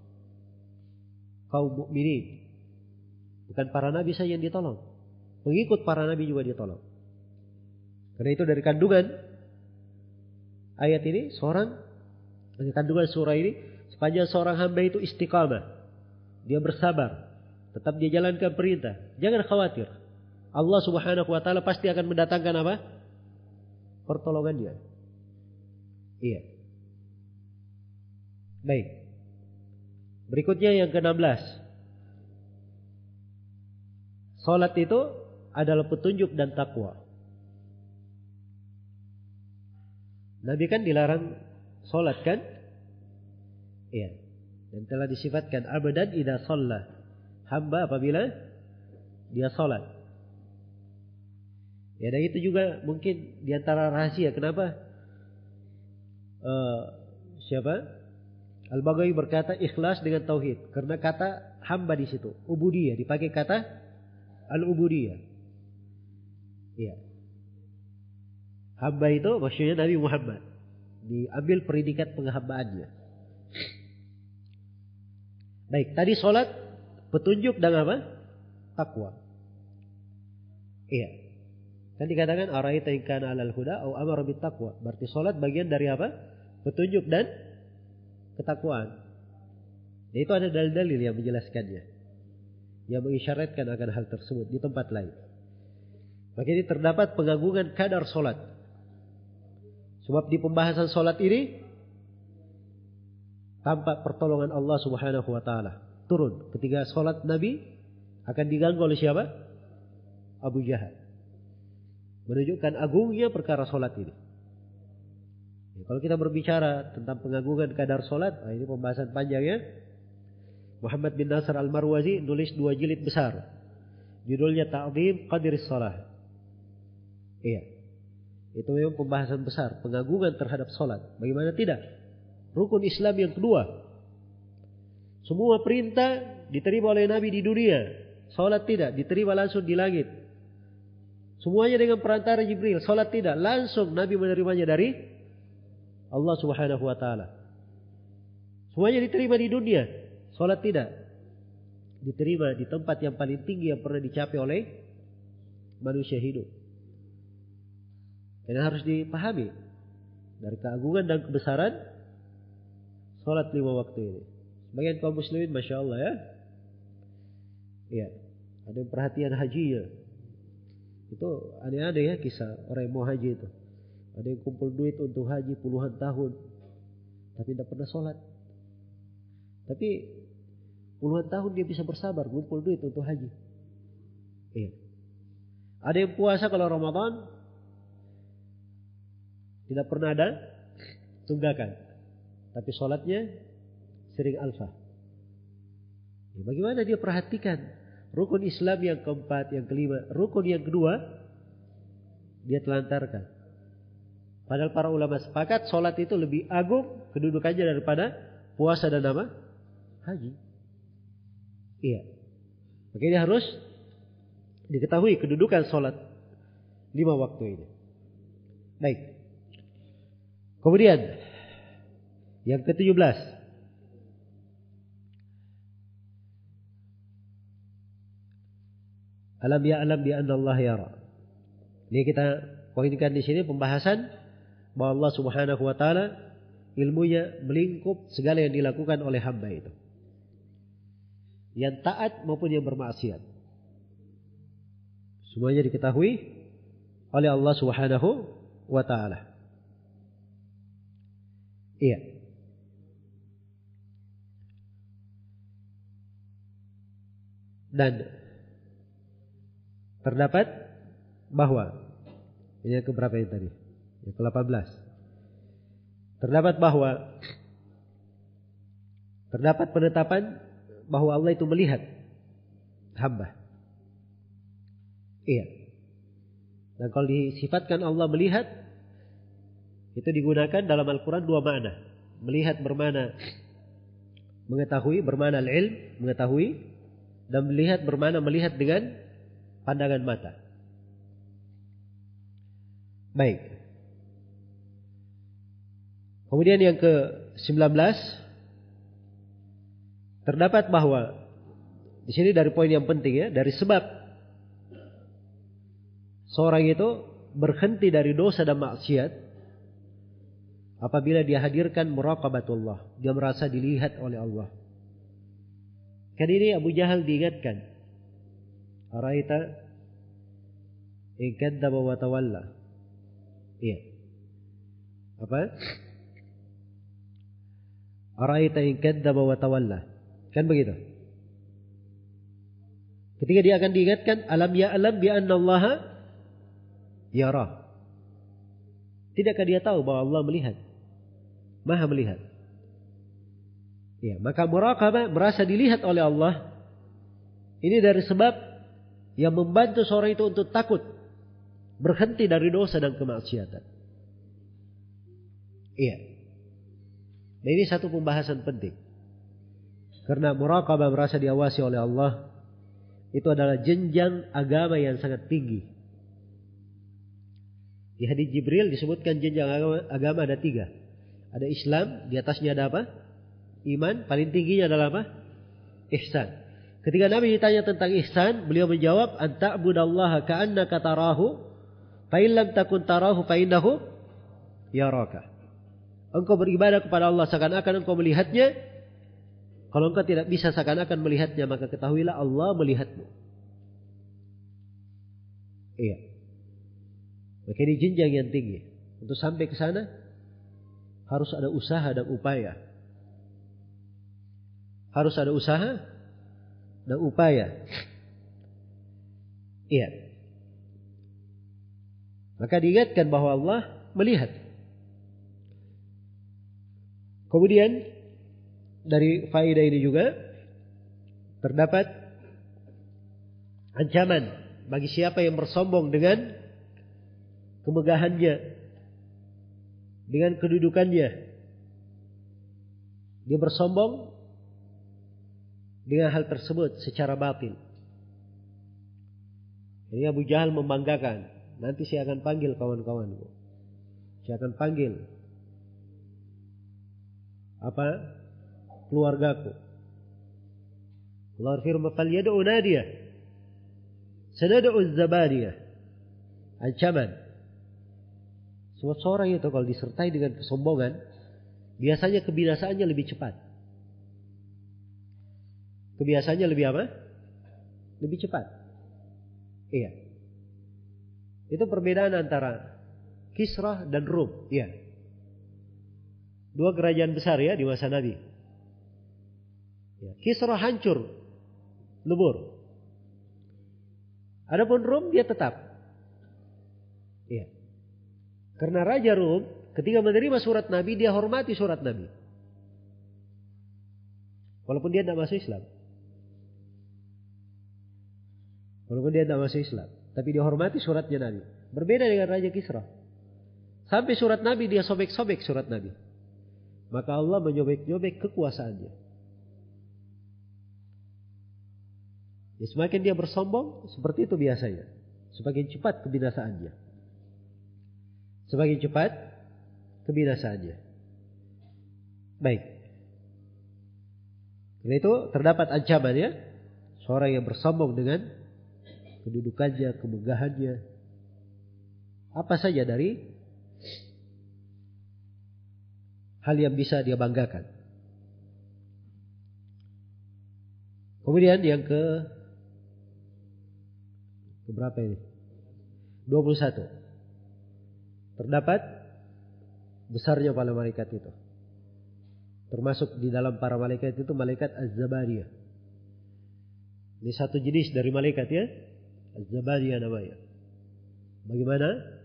kaum mukminin. Bukan para nabi saja yang ditolong, pengikut para nabi juga ditolong. Karena itu dari kandungan ayat ini, seorang, kandungan surah ini, sepanjang seorang hamba itu istiqamah, dia bersabar, tetap dia jalankan perintah, jangan khawatir. Allah Subhanahu wa taala pasti akan mendatangkan apa? Pertolongannya. Iya. Baik. Berikutnya yang keenam belas. Salat itu adalah petunjuk dan takwa. Nabi kan dilarang salat kan? Iya. Dan telah disifatkan abadan idza shalla. Hamba apabila dia salat. Ya, dan itu juga mungkin diantara rahasia kenapa uh, siapa Al-Baghawi berkata ikhlas dengan tauhid, karena kata hamba di situ, ubudiyah, dipakai kata al-ubudiyah. Iya. Hamba itu maksudnya Nabi Muhammad, diambil predikat penghambaannya. Baik, tadi salat petunjuk dan apa? Takwa. Iya. Kan dikatakan araita in kana 'alal huda au amara bit taqwa. Berarti salat bagian dari apa? Petunjuk dan ketakwaan. Dan itu ada dalil-dalil yang menjelaskannya, yang mengisyaratkan akan hal tersebut di tempat lain. Maka ini terdapat pengagungan kadar salat. Sebab di pembahasan salat ini tampak pertolongan Allah Subhanahu wa taala turun ketika salat Nabi akan diganggu oleh siapa? Abu Jahal. Menunjukkan agungnya perkara solat ini. Ya, kalau kita berbicara tentang pengagungan kadar solat, nah ini pembahasan panjang ya. Muhammad bin Nasr Al-Marwazi nulis dua jilid besar. Judulnya Ta'zim Qadris Salah. Iya. Itu memang pembahasan besar, pengagungan terhadap solat. Bagaimana tidak? Rukun Islam yang kedua. Semua perintah diterima oleh Nabi di dunia. Solat tidak, diterima langsung di langit. Semuanya dengan perantara Jibril. Salat tidak, langsung Nabi menerimanya dari Allah Subhanahu wa taala. Semuanya diterima di dunia. Salat tidak, diterima di tempat yang paling tinggi yang pernah dicapai oleh manusia hidup. Dan harus dipahami dari keagungan dan kebesaran salat lima waktu ini. Sebagian kaum muslimin Masya Allah ya. Iya, ada perhatian hajinya. Itu aneh-aneh ya kisah orang yang mau haji itu. Ada yang kumpul duit untuk haji puluhan tahun, tapi tidak pernah sholat. Tapi puluhan tahun dia bisa bersabar kumpul duit untuk haji. Iya. Ada yang puasa kalau Ramadan tidak pernah ada tunggakan, tapi sholatnya sering alfa. Ya, bagaimana dia perhatikan rukun Islam yang keempat, yang kelima, rukun yang kedua dia telantarkan. Padahal para ulama sepakat sholat itu lebih agung kedudukannya daripada puasa dan apa? Haji. Iya. Makanya harus diketahui kedudukan sholat lima waktu ini. Baik. Kemudian yang ketujuh belas. Alam ya'lam bi anna Allah yara. Ini kita poinkan di sini pembahasan bahwa Allah Subhanahu wa taala ilmunya melingkup segala yang dilakukan oleh hamba itu. Yang taat maupun yang bermaksiat. Semuanya diketahui oleh Allah Subhanahu wa taala. Iya. Dan terdapat bahwa ini yang keberapa yang tadi? Yang ke delapan belas. Terdapat bahwa terdapat penetapan bahwa Allah itu melihat hamba. Iya. Dan kalau disifatkan Allah melihat, itu digunakan dalam Al-Quran dua makna. Melihat bermakna mengetahui, bermakna al-ilm, mengetahui, dan melihat bermakna melihat dengan pandangan mata. Baik. Kemudian yang ke sembilan belas, terdapat bahwa di sini dari poin yang penting ya, dari sebab seorang itu berhenti dari dosa dan maksiat, apabila dia hadirkan muraqabatullah, dia merasa dilihat oleh Allah. Kan ini Abu Jahal diingatkan. Araita in kadzdzaba wa tawalla. Iya. Apa? Araita in kadzdzaba wa tawalla. Kan begitu. Ketika dia akan diingatkan, alam ya'lam bi anna Allah yara. Tidakkah dia tahu bahwa Allah melihat? Maha melihat. Ya, maka muraqabah, merasa dilihat oleh Allah, ini dari sebab yang membantu seorang itu untuk takut berhenti dari dosa dan kemaksiatan. Iya. Nah, ini satu pembahasan penting. Karena muraqabah, merasa diawasi oleh Allah, itu adalah jenjang agama yang sangat tinggi. Di hadis Jibril disebutkan jenjang agama, agama ada tiga. Ada Islam, di atasnya ada apa? Iman, paling tingginya adalah apa? Ihsan. Ketika Nabi ditanya tentang ihsan, beliau menjawab, anta'budallaha ka'annaka tarahu, fa in lam takun tarahu fa innahu yaraka. Engkau beribadah kepada Allah seakan-akan engkau melihatnya. Kalau engkau tidak bisa seakan-akan melihatnya, maka ketahuilah Allah melihatmu. Iya. Maka ini jenjang yang tinggi. Untuk sampai ke sana harus ada usaha dan upaya. Harus ada usaha dan upaya. Iya. Maka diingatkan bahwa Allah melihat. Kemudian dari faedah ini juga terdapat ancaman bagi siapa yang bersombong dengan kemegahannya, dengan kedudukannya. Dia bersombong dengan hal tersebut secara batin. Jadi Abu Jahal membanggakan, nanti saya akan panggil kawan-kawanku. Saya akan panggil apa? Keluargaku. Allah firman, "Falyad'u nadiyah. Sanad'u az-zabaniyah." Ancaman. Semua seorang itu kalau disertai dengan kesombongan, biasanya kebinasaannya lebih cepat. Kebiasaannya lebih apa? Lebih cepat. Iya. Itu perbedaan antara Kisra dan Rum. Iya. Dua kerajaan besar ya di masa Nabi. Ya. Kisra hancur, lebur. Adapun Rum dia tetap. Iya. Karena Raja Rum ketika menerima surat Nabi, dia hormati surat Nabi. Walaupun dia tidak masuk Islam. Walaupun dia tidak masuk Islam, tapi dia hormati suratnya Nabi. Berbeda dengan Raja Kisra. Sampai surat Nabi dia sobek-sobek surat Nabi. Maka Allah menyobek-nyobek kekuasaannya. Ya, semakin dia bersombong, seperti itu biasanya. Semakin cepat kebinasaannya. Semakin cepat kebinasaannya. Baik. Karena itu terdapat ancaman ya. Seorang yang bersombong dengan kedudukannya, kemegahannya, apa saja dari hal yang bisa dia banggakan. Kemudian yang ke ke berapa ini? dua puluh satu. Terdapat besarnya para malaikat itu. Termasuk di dalam para malaikat itu malaikat Az-Zabariyah. Ini satu jenis dari malaikat ya. Az-Zabariyah namanya. Bagaimana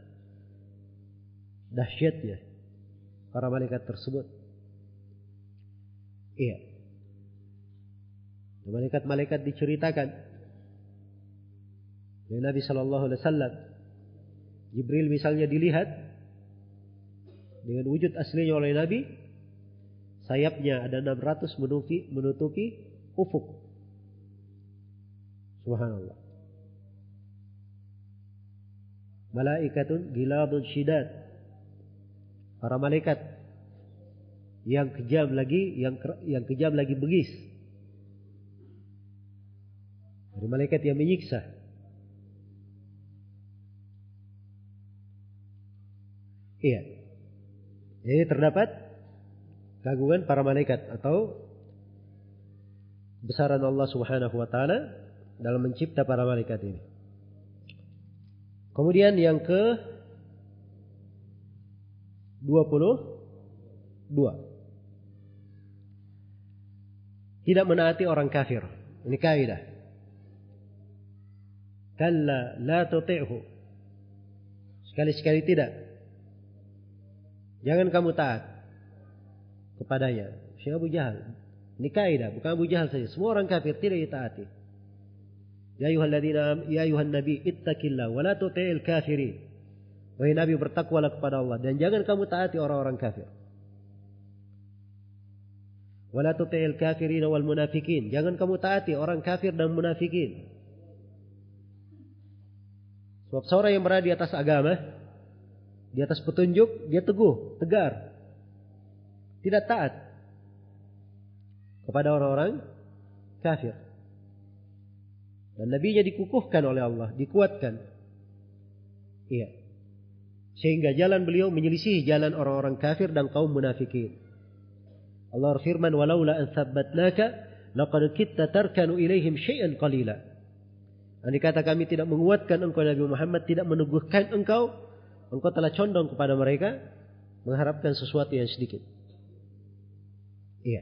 dahsyatnya para malaikat tersebut. Iya. Malaikat-malaikat diceritakan oleh Nabi Shallallahu Alaihi Wasallam. Jibril misalnya dilihat dengan wujud aslinya oleh Nabi. Sayapnya ada enam ratus menutupi, menutupi ufuk. Subhanallah. Malaikatun gilabun syidad. Para malaikat yang kejam lagi, yang yang kejam lagi bengis. Dari malaikat yang menyiksa. Iya. Jadi terdapat keagungan para malaikat atau besaran Allah Subhanahu wa taala dalam mencipta para malaikat ini. Kemudian yang ke dua puluh dua. Tidak menaati orang kafir. Ini kaidah. Kalla la tuti'hu. Sekali-sekali tidak. Jangan kamu taat kepadanya. Syekh Abu Jahal. Ini kaidah, bukan Abu Jahal saja. Semua orang kafir tidak ditaati. Ya ayyuhalladzina ya ayyuhan nabi ittaqillah wa la tuti'il kafirin. Wahai Nabi, bertakwalah kepada Allah dan jangan kamu taati orang-orang kafir. Wa la tuti'il kafirin wal munafikin. Jangan kamu taati orang kafir dan munafikin. Sebab seorang yang berada di atas agama, di atas petunjuk, dia teguh, tegar. Tidak taat kepada orang-orang kafir. Dan Nabi-Nya dikukuhkan oleh Allah, dikuatkan. Iya. Sehingga jalan beliau menyelisihi jalan orang-orang kafir dan kaum munafikin. Allah berfirman, "Walaula an tsabbatnaka laqad kitta tarkanu ilaihim syai'an qalila." Andai kata kami tidak menguatkan engkau Nabi Muhammad, tidak meneguhkan engkau, engkau telah condong kepada mereka mengharapkan sesuatu yang sedikit. Iya.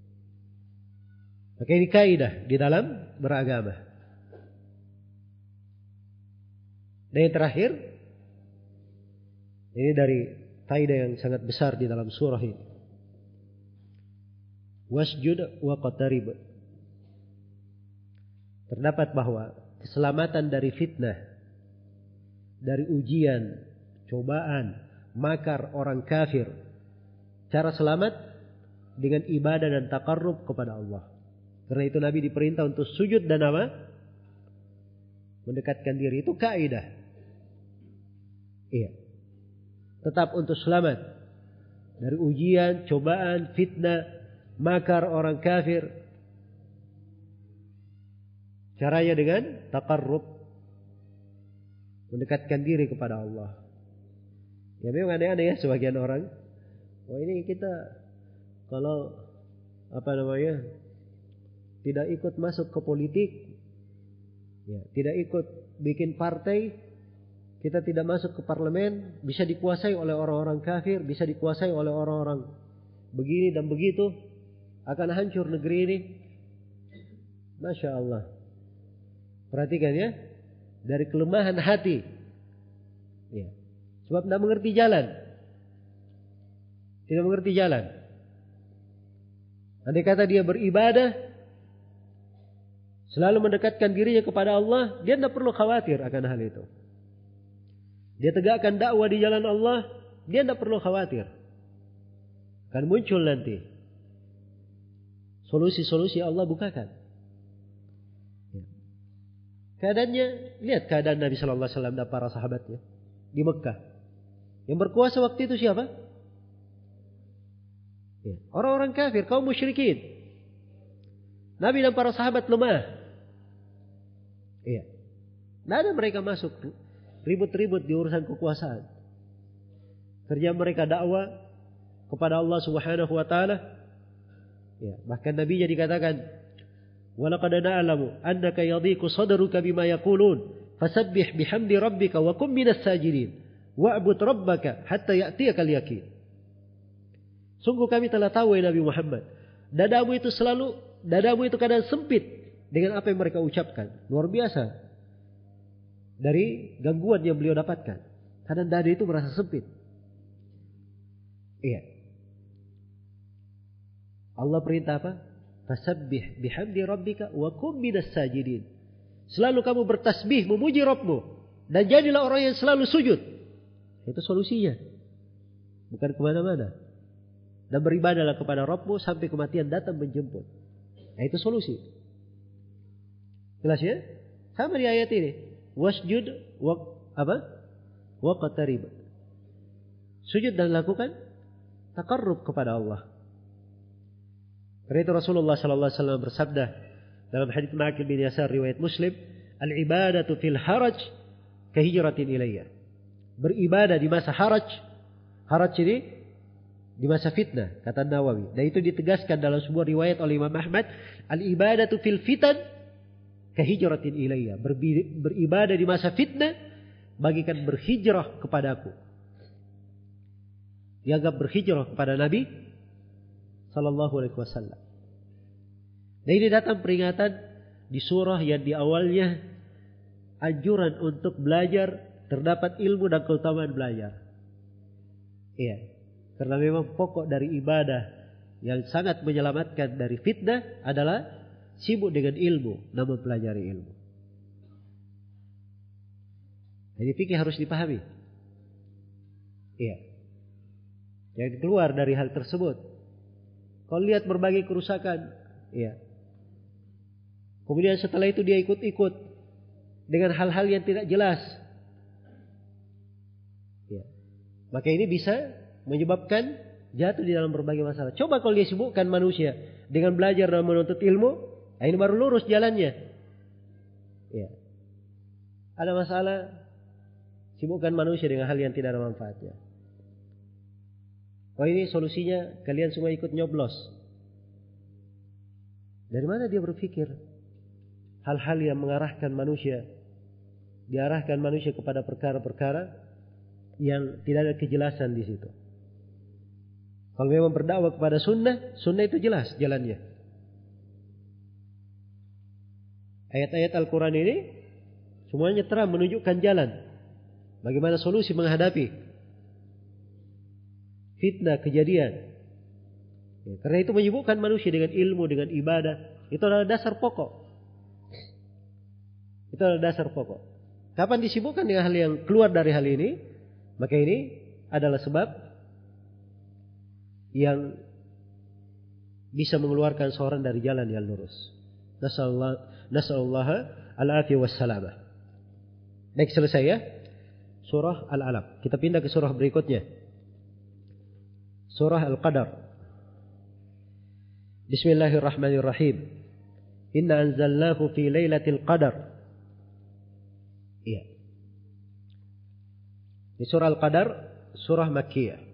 Maka ini kaidah di dalam beragama. Dan yang terakhir, ini dari kaidah yang sangat besar di dalam surah ini. Wasjud wa qatarib. Terdapat bahwa keselamatan dari fitnah, dari ujian, cobaan, makar orang kafir, cara selamat dengan ibadah dan takarrub kepada Allah. Karena itu Nabi diperintah untuk sujud dan apa? Mendekatkan diri. Itu kaidah. Iya. Tetap untuk selamat dari ujian, cobaan, fitnah, makar orang kafir. Caranya dengan takarrub, mendekatkan diri kepada Allah. Ya memang aneh-aneh ya sebagian orang. Oh ini kita kalau apa namanya tidak ikut masuk ke politik, ya, tidak ikut bikin partai, kita tidak masuk ke parlemen, bisa dikuasai oleh orang-orang kafir, bisa dikuasai oleh orang-orang begini dan begitu, akan hancur negeri ini. Masya Allah. Perhatikan ya, dari kelemahan hati, ya. Sebab tidak mengerti jalan, tidak mengerti jalan. Andai kata dia beribadah, selalu mendekatkan dirinya kepada Allah, dia tidak perlu khawatir akan hal itu. Dia tegakkan dakwah di jalan Allah, dia tidak perlu khawatir. Akan muncul nanti solusi-solusi Allah bukakan. Keadaannya, lihat keadaan Nabi Sallallahu Alaihi Wasallam dan para sahabatnya di Mekah. Yang berkuasa waktu itu siapa? Ya, orang-orang kafir, kaum musyrikin. Nabi dan para sahabat lemah. Iya. Tidak ada mereka masuk ribut-ribut di urusan kekuasaan. Kerja mereka dakwah kepada Allah Subhanahu wa taala. Ya, bahkan Nabi-Nya dikatakan, "Wa laqad na'lamu annaka yadhiqu sadruka bima yaqulun, fasabbih bihamdi rabbika wa kum minas sajidin, wa'bud rabbaka hatta ya'tiyakal yaqin." Sungguh kami telah tahu ya Nabi Muhammad, dadamu itu selalu dadamu itu kadang sempit dengan apa yang mereka ucapkan. Luar biasa. Dari gangguan yang beliau dapatkan. Kadang dada itu merasa sempit. Iya. Allah perintah apa? Fasabbih bihamdi rabbika wa kum minas sajidin. Selalu kamu bertasbih memuji Rabbmu dan jadilah orang yang selalu sujud. Itu solusinya. Bukan kemana-mana. Dan beribadahlah kepada Rabbmu sampai kematian datang menjemput. Nah itu solusi. Jelas ya? Sama di ayat ini. Wasjud wa apa? Wa qatarib. Sujud dan lakukan takarrub kepada Allah. Karena itu Rasulullah sallallahu alaihi wasallam bersabda dalam hadits Ma'qil bin Yasar riwayat Muslim, "Al-ibadatu fil haraj kahijratin ilayya." Beribadah di masa haraj. Haraj ini di masa fitnah, kata Nawawi. Dan itu ditegaskan dalam sebuah riwayat oleh Imam Ahmad, al-ibadatu fil fitan kahijratin ilayya. Beribadah di masa fitnah bagikan berhijrah kepadaku. Dianggap berhijrah kepada Nabi sallallahu alaihi wasallam. Dan ini datang peringatan di surah yang di awalnya anjuran untuk belajar, terdapat ilmu dan keutamaan belajar. Iya. Karena memang pokok dari ibadah yang sangat menyelamatkan dari fitnah adalah sibuk dengan ilmu, namun pelajari ilmu. Jadi fikih harus dipahami. Iya. Jangan keluar dari hal tersebut. Kalau lihat berbagai kerusakan, iya. Kemudian setelah itu dia ikut-ikut dengan hal-hal yang tidak jelas. Iya. Maka ini bisa menyebabkan jatuh di dalam berbagai masalah. Coba kalau dia sibukkan manusia dengan belajar dan menuntut ilmu, ini baru lurus jalannya. Ya. Ada masalah, sibukkan manusia dengan hal yang tidak ada manfaatnya. Oh ini solusinya, kalian semua ikut nyoblos. Dari mana dia berpikir? Hal-hal yang mengarahkan manusia, diarahkan manusia kepada perkara-perkara yang tidak ada kejelasan di situ. Kalau memang berdakwah kepada sunnah, sunnah itu jelas jalannya. Ayat-ayat Al-Quran ini semuanya terang menunjukkan jalan. Bagaimana solusi menghadapi fitnah kejadian. Ya, karena itu menyibukkan manusia dengan ilmu, dengan ibadah. Itu adalah dasar pokok. Itu adalah dasar pokok. Kapan disibukkan dengan hal yang keluar dari hal ini, maka ini adalah sebab yang bisa mengeluarkan seorang dari jalan yang lurus. Nasallallahu al-afiyah wassalamah. Baik, selesai ya. Surah Al-Alaq. Kita pindah ke surah berikutnya. Surah Al-Qadar. Bismillahirrahmanirrahim. Inna anzalnahu fi lailatul qadar. Iya. Di surah Al-Qadar, surah Makkiyah.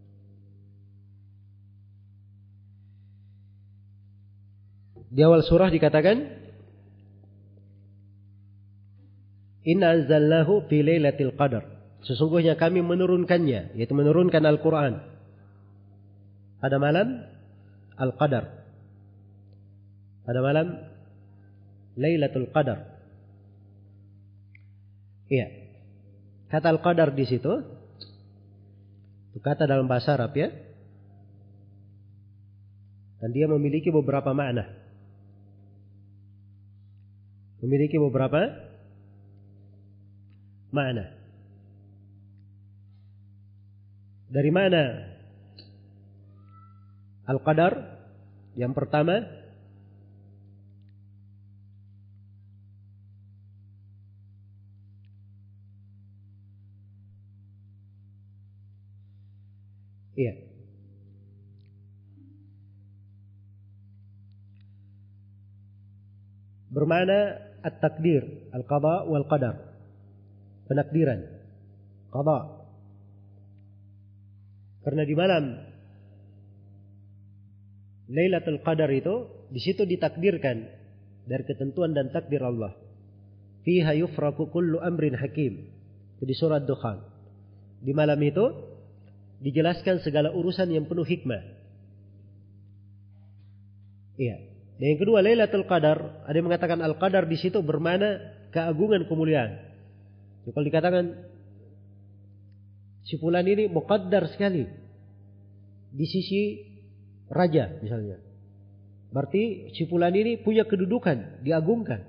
Di awal surah dikatakan Inna anzalnahu fi lailatul qadar. Sesungguhnya kami menurunkannya, yaitu menurunkan Al-Quran pada malam Al-Qadar. Pada malam Lailatul Qadar. Iya. Kata Al-Qadar di situ itu kata dalam bahasa Arab ya. Dan dia memiliki beberapa makna. Memiliki beberapa makna. Dari mana Al-Qadar? Yang pertama, iya, bermakna at-takdir, al-qada wal qadar. Penakdiran, qada. Karena di malam Lailatul Qadar itu di situ ditakdirkan dari ketentuan dan takdir Allah. Fiha yufraku kullu amrin hakim. Itu di surat Dukhan. Di malam itu dijelaskan segala urusan yang penuh hikmah. Iya. Dan yang kedua, Lailatul Qadar, ada yang mengatakan Al-Qadar di situ bermakna keagungan kemuliaan. Jadi kalau dikatakan si fulan ini muqaddar sekali di sisi raja misalnya, berarti si fulan ini punya kedudukan, diagungkan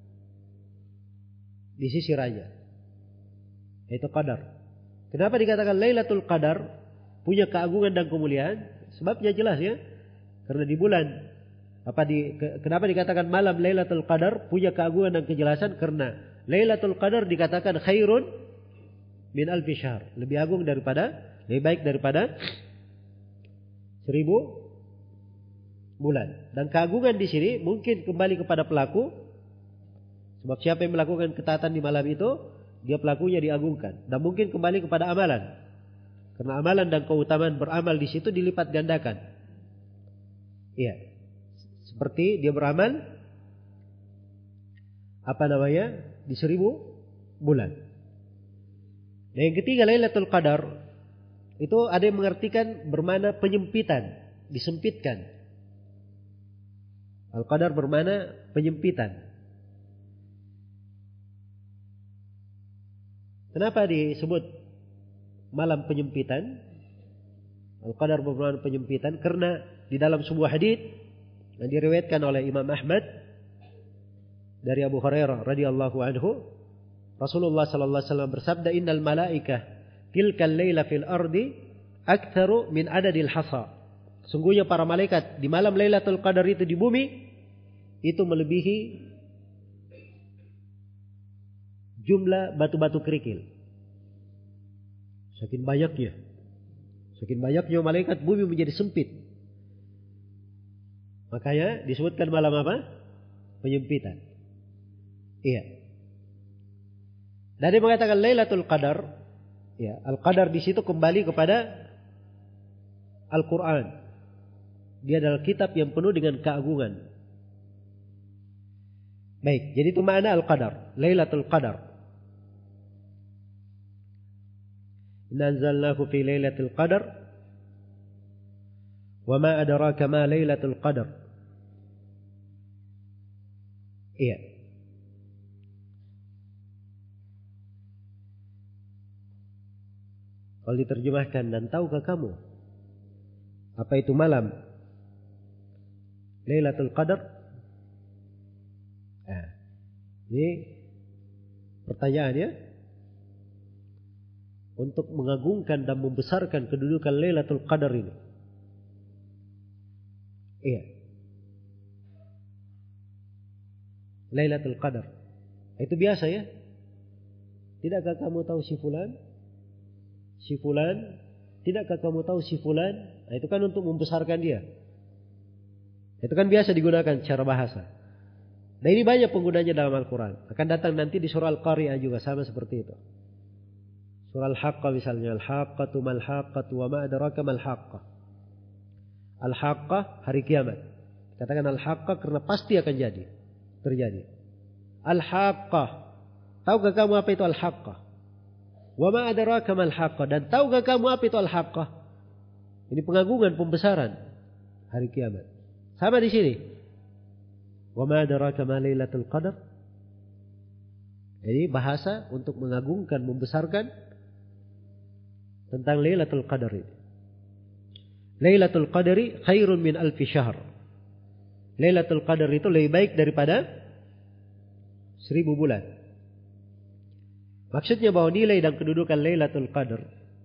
di sisi raja. Itu qadar. Kenapa dikatakan Lailatul Qadar punya keagungan dan kemuliaan? Sebabnya jelas ya. Karena di bulan apa di ke, kenapa dikatakan malam Lailatul Qadar punya keagungan dan kejelasan? Karena Lailatul Qadar dikatakan khairun min alfi syahr, lebih agung daripada, lebih baik daripada seribu bulan. Dan keagungan di sini mungkin kembali kepada pelaku. Sebab siapa yang melakukan ketaatan di malam itu, dia pelakunya diagungkan. Dan mungkin kembali kepada amalan. Karena amalan dan keutamaan beramal di situ dilipat gandakan. Iya. Seperti dia beramal apa namanya? Di seribu bulan. Nah, yang ketiga Lailatul Qadar itu ada yang mengartikan bermakna penyempitan, disempitkan. Al-Qadar bermakna penyempitan. Kenapa disebut malam penyempitan? Al-Qadar bermakna penyempitan karena di dalam sebuah hadis yang diriwayatkan oleh Imam Ahmad dari Abu Hurairah radhiyallahu anhu, Rasulullah sallallahu alaihi wasallam bersabda, "Innal malaikah tilkal laila fil ardi aktsaru min adadil hasa." Sungguhnya para malaikat di malam Lailatul Qadar itu di bumi itu melebihi jumlah batu-batu kerikil. Saking banyaknya. Saking banyaknya malaikat, bumi menjadi sempit. Makanya disebutkan malam apa? Penyempitan. Iya. Dan dia mengatakan Lailatul Qadar, ya, Al-Qadar di situ kembali kepada Al-Qur'an. Dia adalah kitab yang penuh dengan keagungan. Baik, jadi itu makna Al-Qadar, Lailatul Qadar. Inna anzalnahu fi Lailatul Qadar. Wa ma adraka ma Lailatul Qadar. Iya. Kalau diterjemahkan, dan tahukah kamu apa itu malam Lailatul Qadar? Nah, ini pertanyaannya untuk mengagungkan dan membesarkan kedudukan Lailatul Qadar ini. Iya. Lailatul Qadar. Itu biasa ya? Tidakkah kamu tahu si fulan? Si fulan, tidakkah kamu tahu si fulan? Nah, itu kan untuk membesarkan dia. Itu kan biasa digunakan secara bahasa. Nah, ini banyak penggunanya dalam Al-Quran. Akan datang nanti di surah Al-Qari'ah juga sama seperti itu. Surah Al-Haqqah misalnya, Al-Haqqatu mal-Haqqatu wa ma adraka mal-Haqqah. Al-Haqqah hari kiamat. Katakan Al-Haqqah karena pasti akan jadi, terjadi. Al-Haqqah. Tahukah kamu apa itu Al-Haqqah? Wa ma adraka mal-Haqqah. Dan tahukah kamu apa itu Al-Haqqah? Ini pengagungan, pembesaran hari kiamat. Sama di sini. Wa ma adraka ma Lailatul Qadar. Jadi bahasa untuk mengagungkan, membesarkan tentang Lailatul Qadar ini. Lailatul Qadri khairun min alfi syahr. Lailatul Qadar itu lebih baik daripada seribu bulan. Maksudnya bahwa nilai dan kedudukan Lailatul Qadar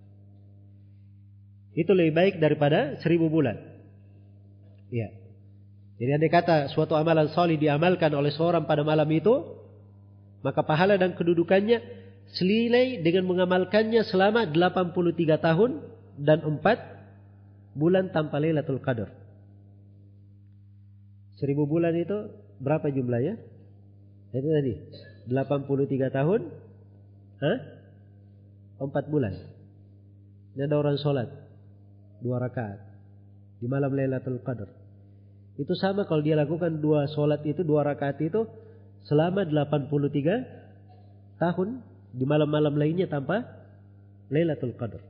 itu lebih baik daripada seribu bulan. Ya. Jadi andai kata suatu amalan salih diamalkan oleh seorang pada malam itu, maka pahala dan kedudukannya senilai dengan mengamalkannya selama delapan puluh tiga tahun dan empat bulan tanpa Lailatul Qadar. Seribu bulan itu berapa jumlahnya? Itu tadi delapan puluh tiga tahun, hah? empat bulan. Ini ada orang sholat dua rakaat di malam Lailatul Qadar. Itu sama kalau dia lakukan dua sholat itu, dua rakaat itu selama delapan puluh tiga tahun di malam-malam lainnya tanpa Lailatul Qadar.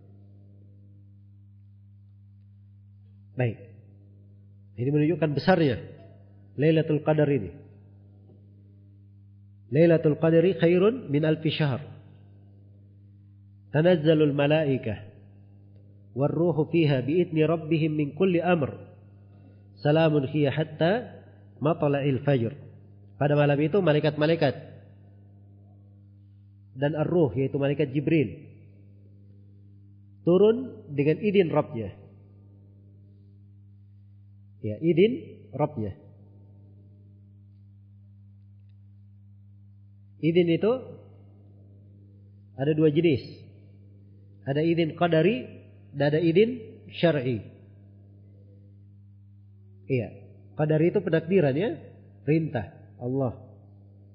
Baik. Ini menunjukkan besarnya Lailatul Qadar ini. Lailatul Qadri khairun min alfi syahr. Tanazzalul malaikah warruhu fiha biidni rabbihim min kulli amr. Salamun hiya hatta matla'il fajr. Pada malam itu malaikat-malaikat dan ar-ruh, yaitu malaikat Jibril, turun dengan izin Rabbnya. Ya, izin Rabbnya. Izin itu ada dua jenis. Ada izin qadari dan ada izin syar'i. Iya, qadari itu penakdiran ya, perintah Allah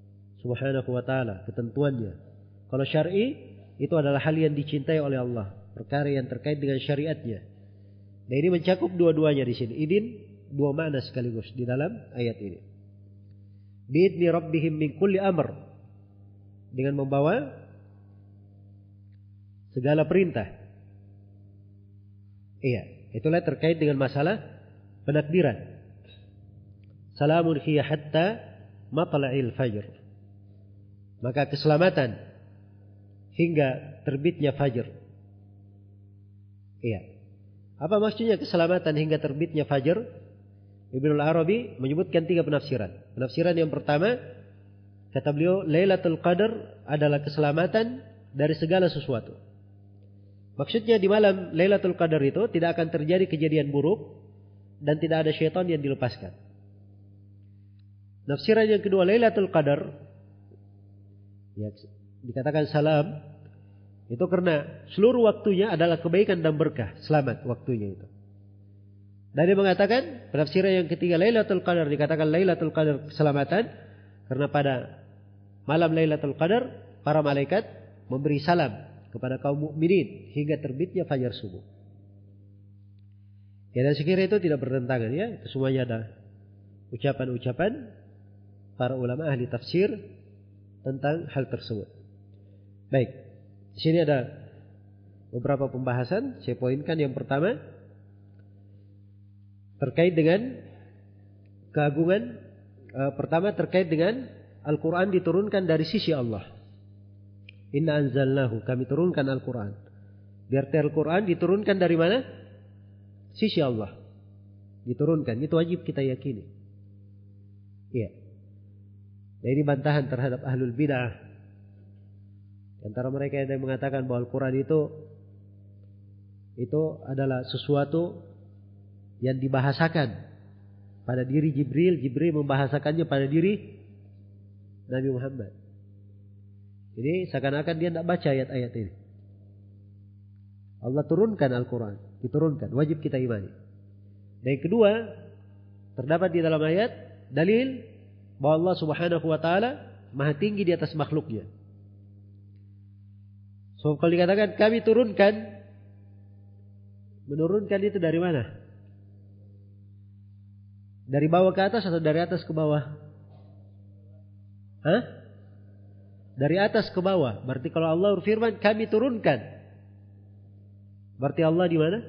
Subhanahu wa taala, ketentuannya. Kalau syar'i itu adalah hal yang dicintai oleh Allah, perkara yang terkait dengan syariatnya. Dan ini mencakup dua-duanya di sini. Idin dua makna sekaligus di dalam ayat ini. Bi'idni rabbihim min kulli amr, dengan membawa segala perintah. Iya, itulah terkait dengan masalah penakdiran. Salamun hiya hatta matla'il fajr. Maka keselamatan hingga terbitnya fajar. Iya. Apa maksudnya keselamatan hingga terbitnya fajar? Ibnul Arabi menyebutkan tiga penafsiran. Penafsiran yang pertama, kata beliau, Lailatul Qadar adalah keselamatan dari segala sesuatu. Maksudnya di malam Lailatul Qadar itu tidak akan terjadi kejadian buruk dan tidak ada syaitan yang dilepaskan. Nafsiran yang kedua, Lailatul Qadar, ya, dikatakan salam, itu karena seluruh waktunya adalah kebaikan dan berkah, selamat waktunya itu. Dan dia mengatakan, penafsiran yang ketiga, Lailatul Qadar, dikatakan Lailatul Qadar keselamatan, karena pada malam Lailatul Qadar, para malaikat memberi salam kepada kaum mukminin hingga terbitnya fajar subuh. Ya, dan sekiranya itu tidak bertentangan, ya, itu semuanya ada ucapan-ucapan para ulama ahli tafsir tentang hal tersebut. Baik, di sini ada beberapa pembahasan. Saya poinkan yang pertama terkait dengan keagungan. E, pertama terkait dengan Al-Quran diturunkan dari sisi Allah. Inna anzalnahu, kami turunkan Al-Quran. Berarti Al-Quran diturunkan dari mana? Sisi Allah. Diturunkan, itu wajib kita yakini. Iya. Dan ini bantahan terhadap ahlul bid'ah. Antara mereka yang mengatakan bahwa Al-Quran itu itu adalah sesuatu yang dibahasakan pada diri Jibril, Jibril membahasakannya pada diri Nabi Muhammad. Jadi seakan-akan dia tidak baca ayat-ayat ini. Allah turunkan Al-Quran, diturunkan, wajib kita imani. Dan yang kedua, terdapat di dalam ayat dalil bahwa Allah Subhanahu wa taala Maha tinggi di atas makhluknya. So kalau dikatakan kami turunkan, menurunkan itu dari mana? Dari bawah ke atas atau dari atas ke bawah? Hah? Dari atas ke bawah. Berarti kalau Allah berfirman kami turunkan, berarti Allah di mana?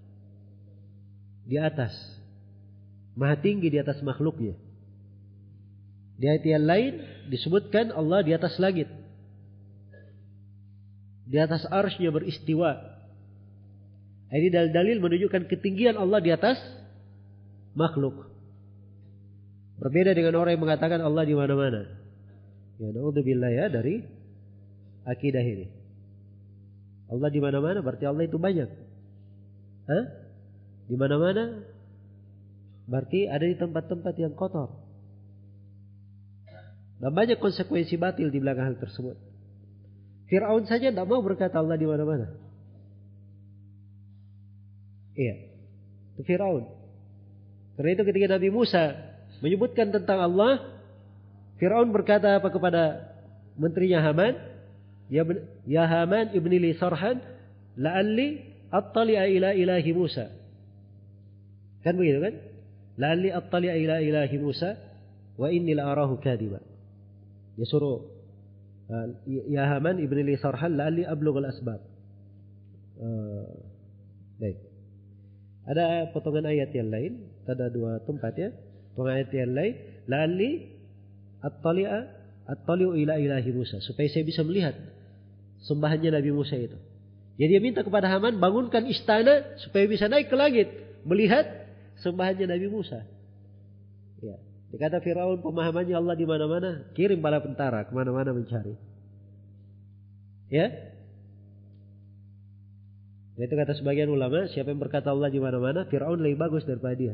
Di atas. Maha tinggi di atas makhluknya. Di ayat yang lain disebutkan Allah di atas langit, di atas arsy-Nya beristiwa. Ini dalil-dalil menunjukkan ketinggian Allah di atas makhluk. Berbeda dengan orang yang mengatakan Allah di mana-mana. Ya, naudzubillah ya dari akidah ini. Allah di mana-mana berarti Allah itu banyak. Hah? Di mana-mana berarti ada di tempat-tempat yang kotor. Dan banyak konsekuensi batil di belakang hal tersebut. Fir'aun saja tidak mau berkata Allah di mana-mana. Iya, itu Fir'aun. Karena itu ketika Nabi Musa menyebutkan tentang Allah, Fir'aun berkata apa kepada menterinya Haman? Ya, ya Haman ibni li sarhan la'alli attali'a ila ilahi Musa. Kan begitu kan? La'alli attali'a ila ilahi Musa wa inni la'arahu kadiba. Dia suruh, ya Haman ibni li sarhan la'alli ablughal asbab. Uh, baik. Ada potongan ayat yang lain, ada dua tempat ya. Potongan ayat yang lain, la'alli attali'a attali'u ila ilahi Musa, supaya saya bisa melihat sembahannya Nabi Musa itu. Jadi dia minta kepada Haman bangunkan istana supaya bisa naik ke langit melihat sembahannya Nabi Musa. Ya. Dikata Firaun pemahamannya Allah di mana-mana, kirim bala tentara kemana-mana mencari. Ya, dan itu kata sebagian ulama, siapa yang berkata Allah di mana-mana, Firaun lebih bagus daripada dia.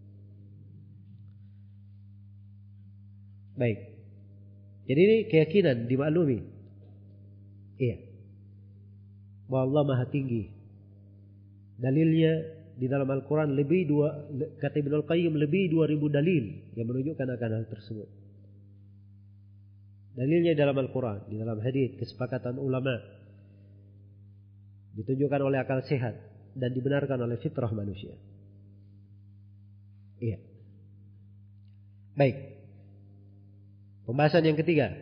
Baik. Jadi ini keyakinan dimaklumi. Iya. Bahwa Allah Maha tinggi. Dalilnya di dalam Al-Quran lebih dua, kata Ibnul Qayyim lebih dua ribu dalil yang menunjukkan akan hal tersebut. Dalilnya dalam Al-Quran, di dalam hadis, kesepakatan ulama. ditunjukkan oleh akal sehat dan dibenarkan oleh fitrah manusia. Iya. Baik. Pembahasan yang ketiga.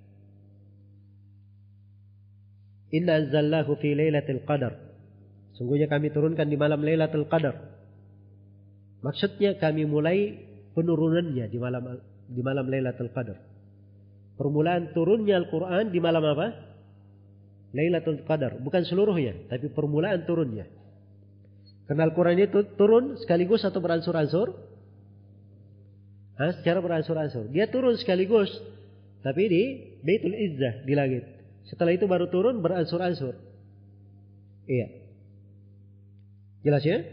Inna anzalnahu fi lailatul qadar. Sungguhnya kami turunkan di malam Lailatul Qadar. Maksudnya kami mulai penurunannya di malam di malam Lailatul Qadar. Permulaan turunnya Al-Quran di malam apa? Lailatul Qadar. Bukan seluruhnya, tapi permulaan turunnya. Karena Al-Quran itu turun sekaligus atau beransur-ansur? Hah, secara beransur-ansur. Dia turun sekaligus, tapi di Baitul Izzah, di langit. Setelah itu baru turun beransur-ansur. Iya. Jelas ya?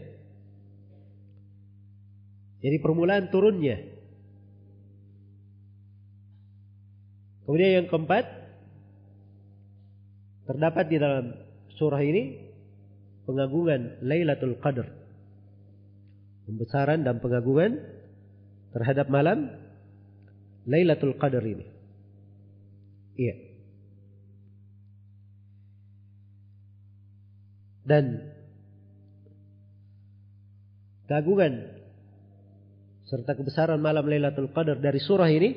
Jadi permulaan turunnya. Kemudian yang keempat, terdapat di dalam surah ini pengagungan Lailatul Qadar. Pembesaran dan pengagungan terhadap malam Lailatul Qadar ini. Iya. Dan keagungan serta kebesaran malam Lailatul Qadar dari surah ini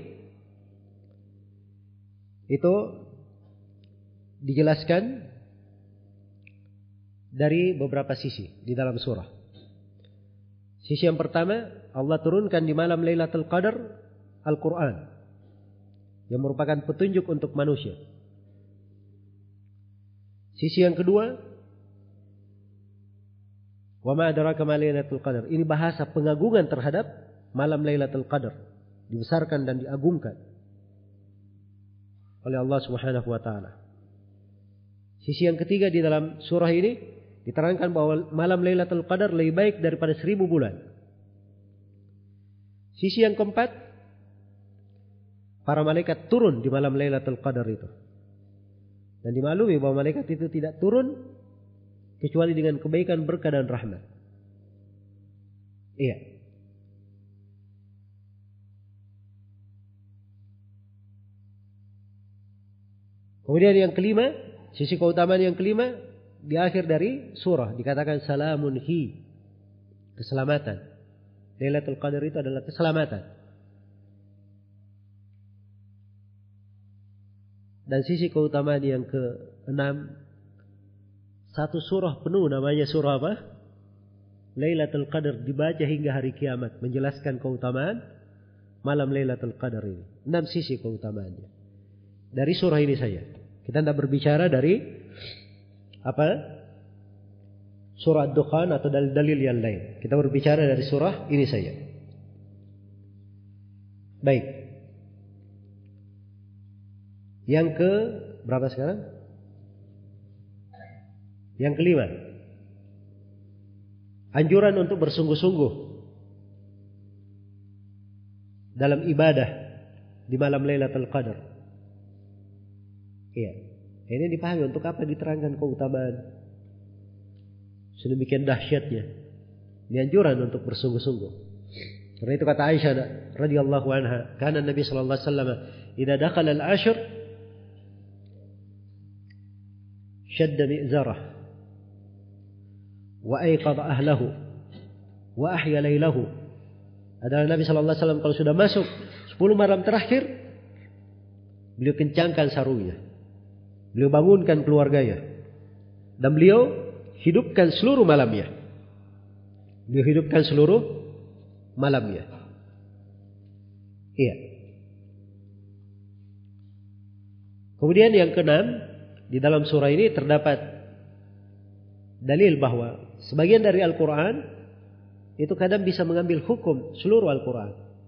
itu dijelaskan dari beberapa sisi di dalam surah. Sisi yang pertama, Allah turunkan di malam Lailatul Qadar Al-Quran yang merupakan petunjuk untuk manusia. Sisi yang kedua, wa ma adraka ma Lailatul Qadar. Ini bahasa pengagungan terhadap malam Lailatul Qadar, dibesarkan dan diagungkan oleh Allah Subhanahu wa taala. Sisi yang ketiga di dalam surah ini diterangkan bahwa malam Lailatul Qadar lebih baik daripada seribu bulan. Sisi yang keempat, para malaikat turun di malam Lailatul Qadar itu. Dan dimaklumi bahwa malaikat itu tidak turun kecuali dengan kebaikan, berkah dan rahmat. Iya. Kemudian yang kelima, sisi keutamaan yang kelima di akhir dari surah dikatakan salamun hi, keselamatan. Lailatul Qadar itu adalah keselamatan. Dan sisi keutamaan yang keenam, satu surah penuh namanya surah apa? Lailatul Qadar, dibaca hingga hari kiamat, menjelaskan keutamaan malam Lailatul Qadar ini. Enam sisi keutamaannya. Dari surah ini saja. Kita tidak berbicara dari apa? Surah Ad-Dukhan atau dalil-dalil yang lain. Kita berbicara dari surah ini saja. Baik. Yang ke berapa sekarang? Yang kelima, anjuran untuk bersungguh-sungguh dalam ibadah di malam Lailatul Qadar. Iya, ini dipahami untuk apa diterangkan keutamaan sedemikian dahsyatnya. Ini anjuran untuk bersungguh-sungguh. Karena itu kata Aisyah radhiyallahu anha, kana Nabi sallallahu alaihi wasallam idza dakhala al-ashr shadda mi'zarah wa ayqadha ahlahu wa ahya lailahu. Adalah Nabi sallallahu alaihi wasallam kalau sudah masuk sepuluh malam terakhir, beliau kencangkan sarungnya, beliau bangunkan keluarganya, dan beliau hidupkan seluruh malamnya. Beliau hidupkan seluruh malamnya. Iya. Kemudian yang keenam, di dalam surah ini terdapat dalil bahwa sebagian dari Al-Quran itu kadang bisa mengambil hukum seluruh Al-Quran.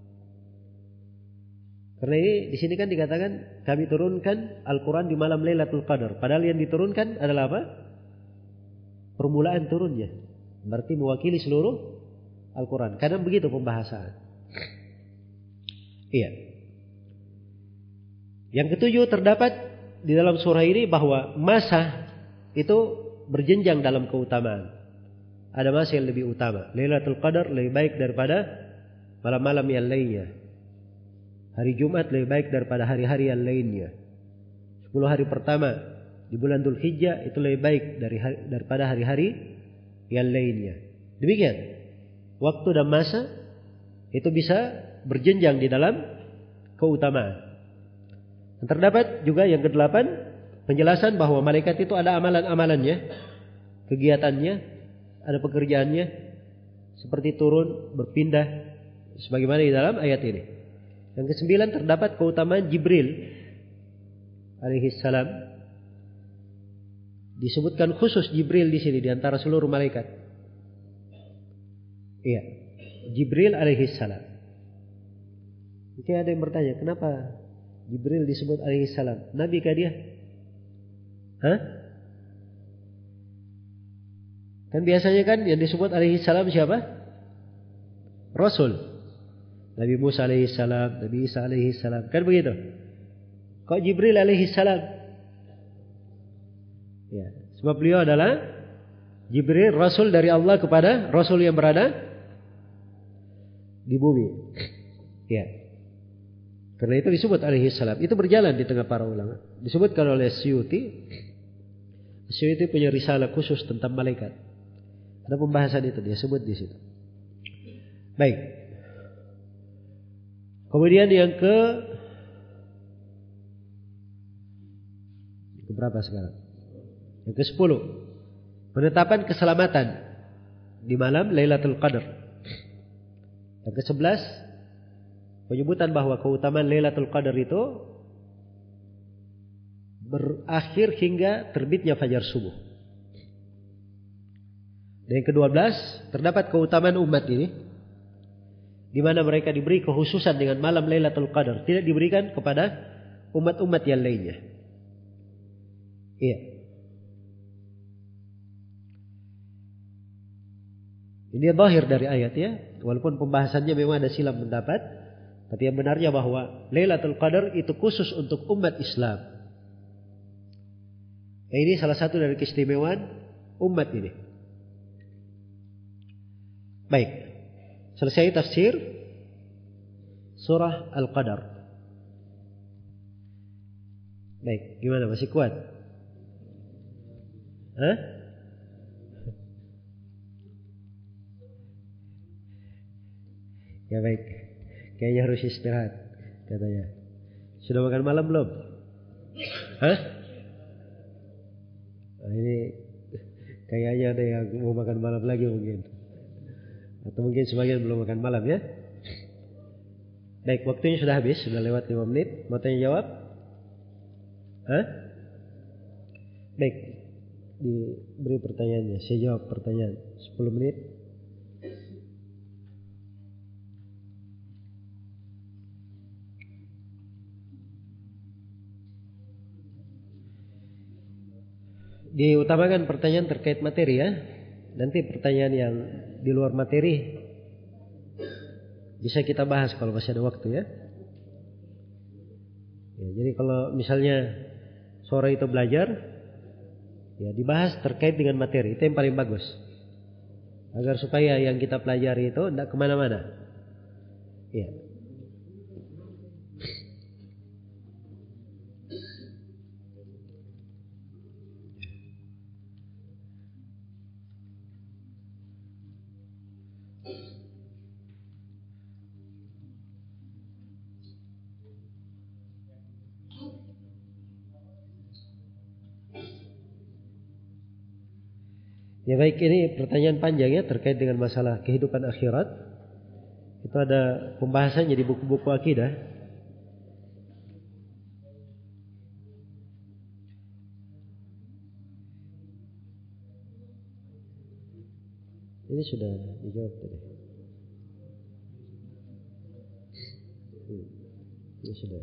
Karena ini di sini kan dikatakan kami turunkan Al-Quran di malam Lailatul Qadar. Padahal yang diturunkan adalah apa? Permulaan turunnya. Berarti mewakili seluruh Al-Quran. Kadang begitu pembahasan. Iya. Yang ketujuh, terdapat di dalam surah ini bahwa masa itu berjenjang dalam keutamaan. Ada masa yang lebih utama. Lailatul Qadar lebih baik daripada malam-malam yang lainnya. Hari Jumat lebih baik daripada hari-hari yang lainnya. Sepuluh hari pertama di bulan Dzulhijjah itu lebih baik dari hari, daripada hari-hari yang lainnya. Demikian. Waktu dan masa itu bisa berjenjang di dalam keutamaan. Dan terdapat juga yang kedelapan, penjelasan bahwa malaikat itu ada amalan-amalannya, kegiatannya, ada pekerjaannya, seperti turun, berpindah, sebagaimana di dalam ayat ini. Yang kesembilan, terdapat keutamaan Jibril alaihi salam. Disebutkan khusus Jibril di sini di antara seluruh malaikat. Iya, Jibril alaihi salam. Mungkin ada yang bertanya, kenapa Jibril disebut alaihi salam? Nabi kah dia? Hah? Kan biasanya kan yang disebut alaihi salam siapa? Rasul. Nabi Musa alaihi salam, Nabi Isa alaihi salam. Kan begitu? Kok Jibril alaihi salam? Ya, sebab beliau adalah Jibril, Rasul dari Allah kepada Rasul yang berada di bumi. Ya. Karena itu disebut alaihi salam. Itu berjalan di tengah para ulama. Disebutkan oleh Suyuti. Suyuti punya risalah khusus tentang malaikat. Ada pembahasan itu, dia sebut di situ. Baik. Kemudian yang ke ke berapa sekarang? Yang ke sepuluh. Penetapan keselamatan di malam Lailatul Qadar. Yang ke sebelas, penyebutan bahwa keutamaan Lailatul Qadar itu berakhir hingga terbitnya fajar subuh. Dan yang kedua belas, terdapat keutamaan umat ini, di mana mereka diberi kekhususan dengan malam Lailatul Qadar, tidak diberikan kepada umat-umat yang lainnya. Iya. Ini zahir dari ayat ya, walaupun pembahasannya memang ada silam pendapat, tapi yang benarnya bahwa Lailatul Qadar itu khusus untuk umat Islam. Ini salah satu dari keistimewaan umat ini. Baik, selesai tafsir surah Al-Qadar. Baik, gimana, masih kuat? Hah? Ya baik, kayaknya harus istirahat katanya. Sudah makan malam belum? Hah? Nah, ini kayaknya ada yang mau makan malam lagi mungkin. Atau mungkin sebagian belum makan malam ya. Baik, waktunya sudah habis, sudah lewat lima menit. Mau tanya jawab? Hah? Baik, diberi pertanyaannya. Saya jawab pertanyaan sepuluh menit. Diutamakan pertanyaan terkait materi ya. Nanti pertanyaan yang di luar materi bisa kita bahas kalau masih ada waktu ya. Ya, jadi kalau misalnya sore itu belajar, ya dibahas terkait dengan materi, itu yang paling bagus. Agar supaya yang kita pelajari itu tidak kemana-mana. Ya. Ya baik, ini pertanyaan panjang ya terkait dengan masalah kehidupan akhirat. Itu ada pembahasannya di buku-buku akidah. Ini sudah dijawab tadi. Hmm, ini sudah.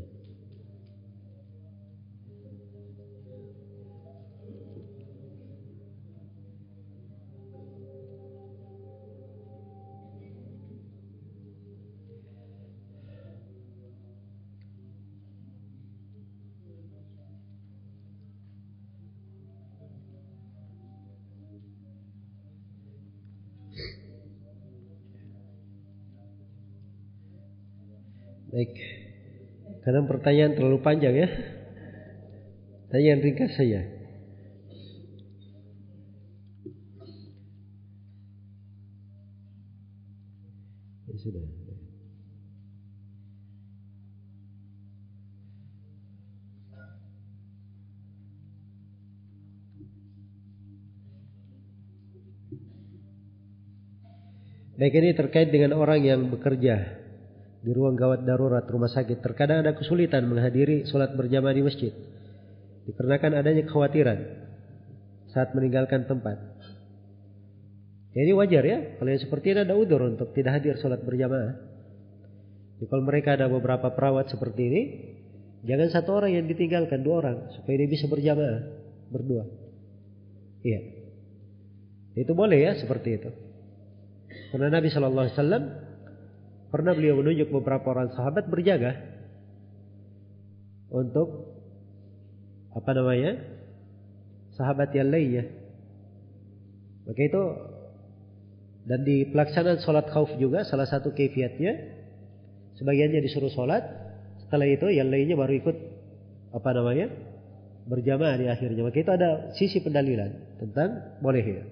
Baik, karena pertanyaan terlalu panjang ya, tanya yang ringkas saja. Ya sudah. Baik, ini terkait dengan orang yang bekerja di ruang gawat darurat rumah sakit. Terkadang ada kesulitan menghadiri sholat berjamaah di masjid dikarenakan adanya kekhawatiran saat meninggalkan tempat. Ya, ini wajar ya. Kalau yang seperti ini ada udzur untuk tidak hadir sholat berjamaah. Jadi kalau mereka ada beberapa perawat seperti ini, jangan satu orang yang ditinggalkan, dua orang supaya dia bisa berjamaah berdua. Iya, itu boleh ya seperti itu. Karena Nabi Shallallahu Alaihi Wasallam pernah beliau menunjuk beberapa orang sahabat berjaga untuk apa namanya sahabat yang lainnya. Maka itu, dan di pelaksanaan sholat khauf juga salah satu kaifiatnya, sebagiannya disuruh sholat, setelah itu yang lainnya baru ikut apa namanya berjamaah di akhirnya. Maka itu ada sisi pendalilan tentang bolehnya.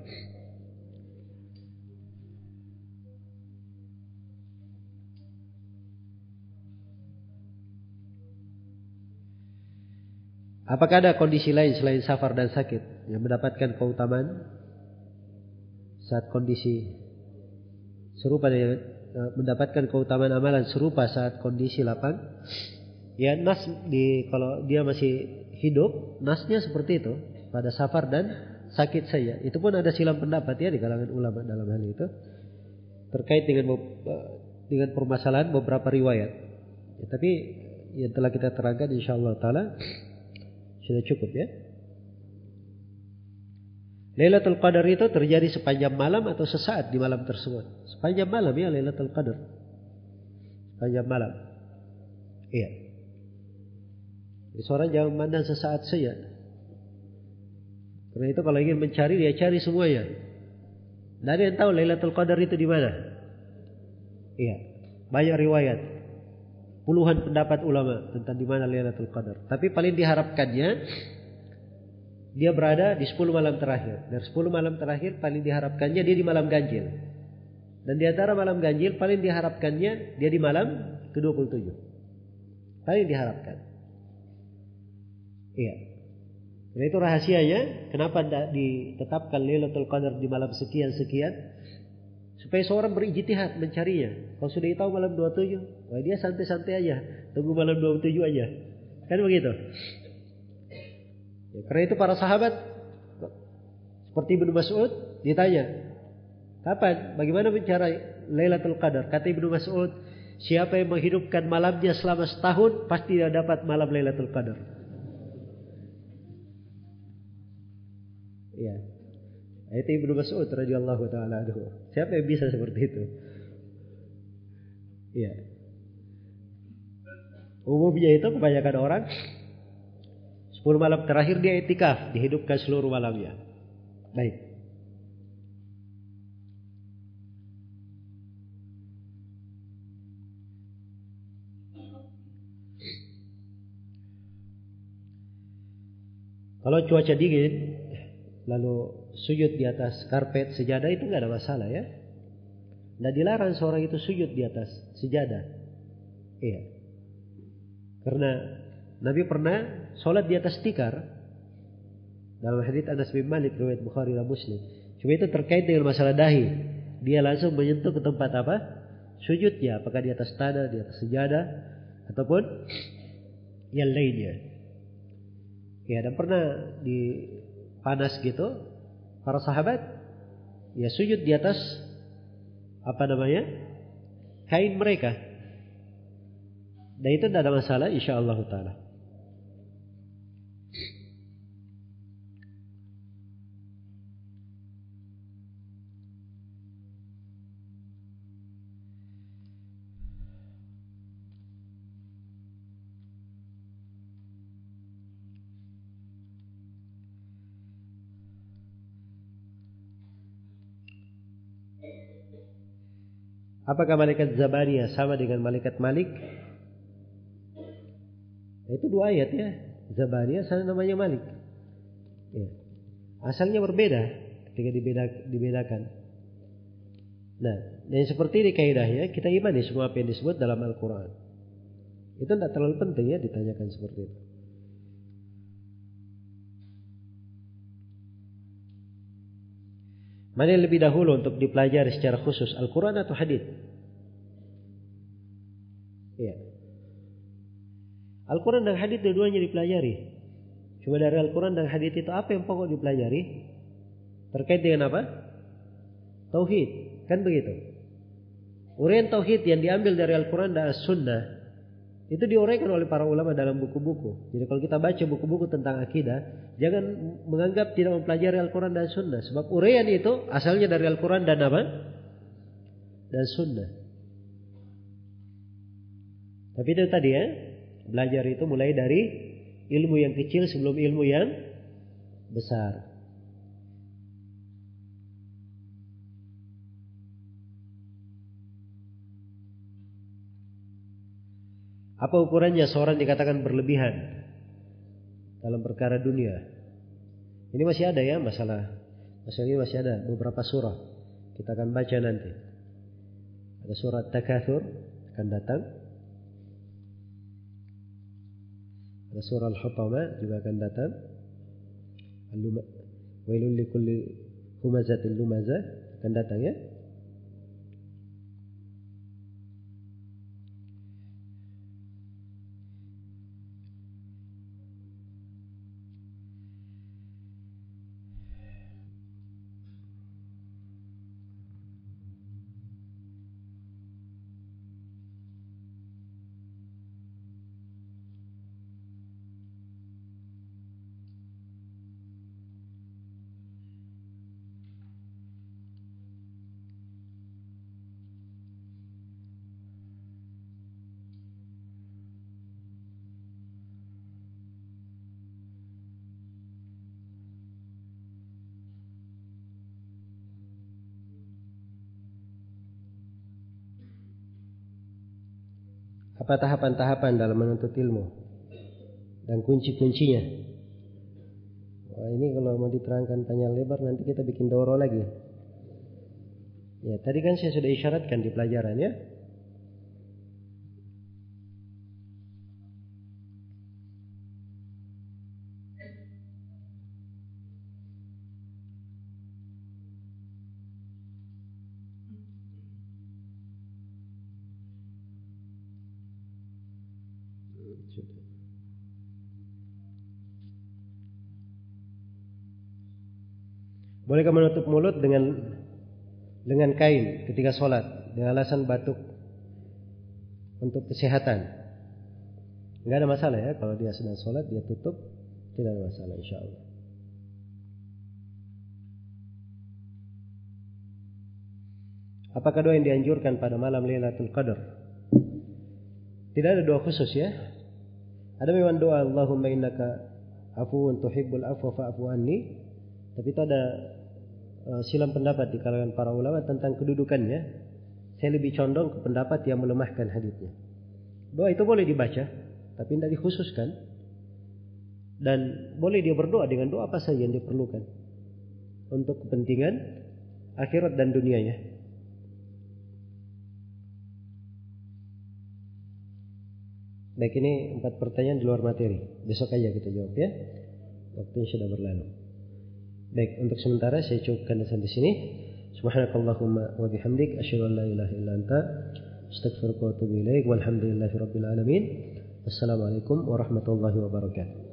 Apakah ada kondisi lain selain safar dan sakit yang mendapatkan keutamaan saat kondisi serupa, dengan mendapatkan keutamaan amalan serupa saat kondisi lapang? Ya, nas di kalau dia masih hidup, nasnya seperti itu pada safar dan sakit saja. Itu pun ada silang pendapat ya di kalangan ulama dalam hal itu terkait dengan dengan permasalahan beberapa riwayat. Ya, tapi yang telah kita terangkan insyaallah taala sudah cukup ya. Lailatul Qadar itu terjadi sepanjang malam atau sesaat di malam tersebut? Sepanjang malam ya Lailatul Qadar. Sepanjang malam. Iya. Jadi seorang jangan memandang sesaat saja. Karena itu kalau ingin mencari, dia cari semuanya. Tidak ada yang tahu Lailatul Qadar itu di mana. Iya. Banyak riwayat. Puluhan pendapat ulama tentang di mana Lailatul Qadar. Tapi paling diharapkannya dia berada di sepuluh malam terakhir. Dan sepuluh malam terakhir paling diharapkannya dia di malam ganjil. Dan di antara malam ganjil paling diharapkannya dia di malam ke dua puluh tujuh. Paling diharapkan. Iya. Dan itu rahasianya kenapa tidak ditetapkan Lailatul Qadar di malam sekian-sekian. Supaya seorang berijtihad mencarinya. Kalau sudah tahu malam dua puluh tujuh, wah dia santai-santai aja, tunggu malam dua puluh tujuh aja. Kan begitu. Ya, karena itu para sahabat seperti Ibnu Mas'ud ditanya, kapan, bagaimana mencari Lailatul Qadar? Kata Ibnu Mas'ud, siapa yang menghidupkan malamnya selama setahun pasti dia dapat malam Lailatul Qadar. Ya. Itu Ibnu Mas'ud radhiyallahu taala anhu. Siapa yang bisa seperti itu? Iya. Umumnya itu kebanyakan orang sepuluh malam terakhir dia i'tikaf, dihidupkan seluruh malamnya. Baik. Kalau cuaca dingin lalu sujud di atas karpet sejadah itu nggak ada masalah ya. Nggak dilarang seorang itu sujud di atas sejadah. Iya. Karena Nabi pernah sholat di atas tikar dalam hadits Anas bin Malik riwayat Bukhari dan Muslim. Cuma itu terkait dengan masalah dahi. Dia langsung menyentuh ke tempat apa? Sujudnya. Apakah di atas tanah, di atas sejadah, ataupun yang lainnya. Ya, dan pernah di panas gitu, para sahabat ya sujud di atas apa namanya kain mereka, dan itu tidak ada masalah insyaallah taala. Apakah malaikat Zabaniyah sama dengan malaikat Malik? Nah, itu dua ayat ya. Zabaniyah sama namanya Malik. Ya. Asalnya berbeda ketika dibeda, dibedakan. Nah, yang seperti ini kaidahnya kita imani semua apa yang disebut dalam Al-Quran. Itu tidak terlalu penting ya ditanyakan seperti itu. Mana yang lebih dahulu untuk dipelajari secara khusus, Al-Quran atau hadis? Iya. Al-Quran dan hadis dua-duanya dipelajari. Cuma dari Al-Quran dan hadis itu apa yang pokok dipelajari? Terkait dengan apa? Tauhid, kan begitu. Uraian tauhid yang diambil dari Al-Quran dan As-Sunnah itu diuraikan oleh para ulama dalam buku-buku. Jadi kalau kita baca buku-buku tentang akidah, jangan menganggap tidak mempelajari Al-Quran dan Sunnah. Sebab uraian itu asalnya dari Al-Quran dan apa? Dan Sunnah. Tapi itu tadi ya, belajar itu mulai dari ilmu yang kecil sebelum ilmu yang besar. Apa ukurannya seorang dikatakan berlebihan dalam perkara dunia? Ini masih ada ya masalah. Masalah ini masih ada beberapa surah. Kita akan baca nanti. Ada surat Takatsur akan datang. Ada surah Al-Hutamah juga akan datang. Wailul likulli humazatil lumazah akan datang ya. Apa tahapan-tahapan dalam menuntut ilmu dan kunci-kuncinya? Wah, ini kalau mau diterangkan panjang lebar nanti kita bikin doro lagi. Ya, tadi kan saya sudah isyaratkan di pelajaran ya. Bolehkah menutup mulut dengan dengan kain ketika sholat dengan alasan batuk untuk kesehatan? Enggak ada masalah ya kalau dia sedang sholat dia tutup, tidak ada masalah insya Allah. Apakah doa yang dianjurkan pada malam Lailatul Qadar? Tidak ada doa khusus ya. Ada memang doa Allahumma innaka afuwun tuhibbul afwa fa'fu anni. Tapi itu ada uh, silam pendapat di kalangan para ulama tentang kedudukannya. Saya lebih condong ke pendapat yang melemahkan haditsnya. Doa itu boleh dibaca, tapi tidak dikhususkan. Dan boleh dia berdoa dengan doa apa saja yang diperlukan untuk kepentingan akhirat dan dunianya. Baik, ini empat pertanyaan di luar materi. Besok aja kita jawab ya. Waktunya sudah berlalu. Baik, untuk sementara saya cukupkan sampai sini. Subhanakallahumma wa bihamdik asyhadu an la ilaha illa anta astaghfiruka wa atubu ilaik. Walhamdulillahirabbil alamin. Wassalamualaikum warahmatullahi wabarakatuh.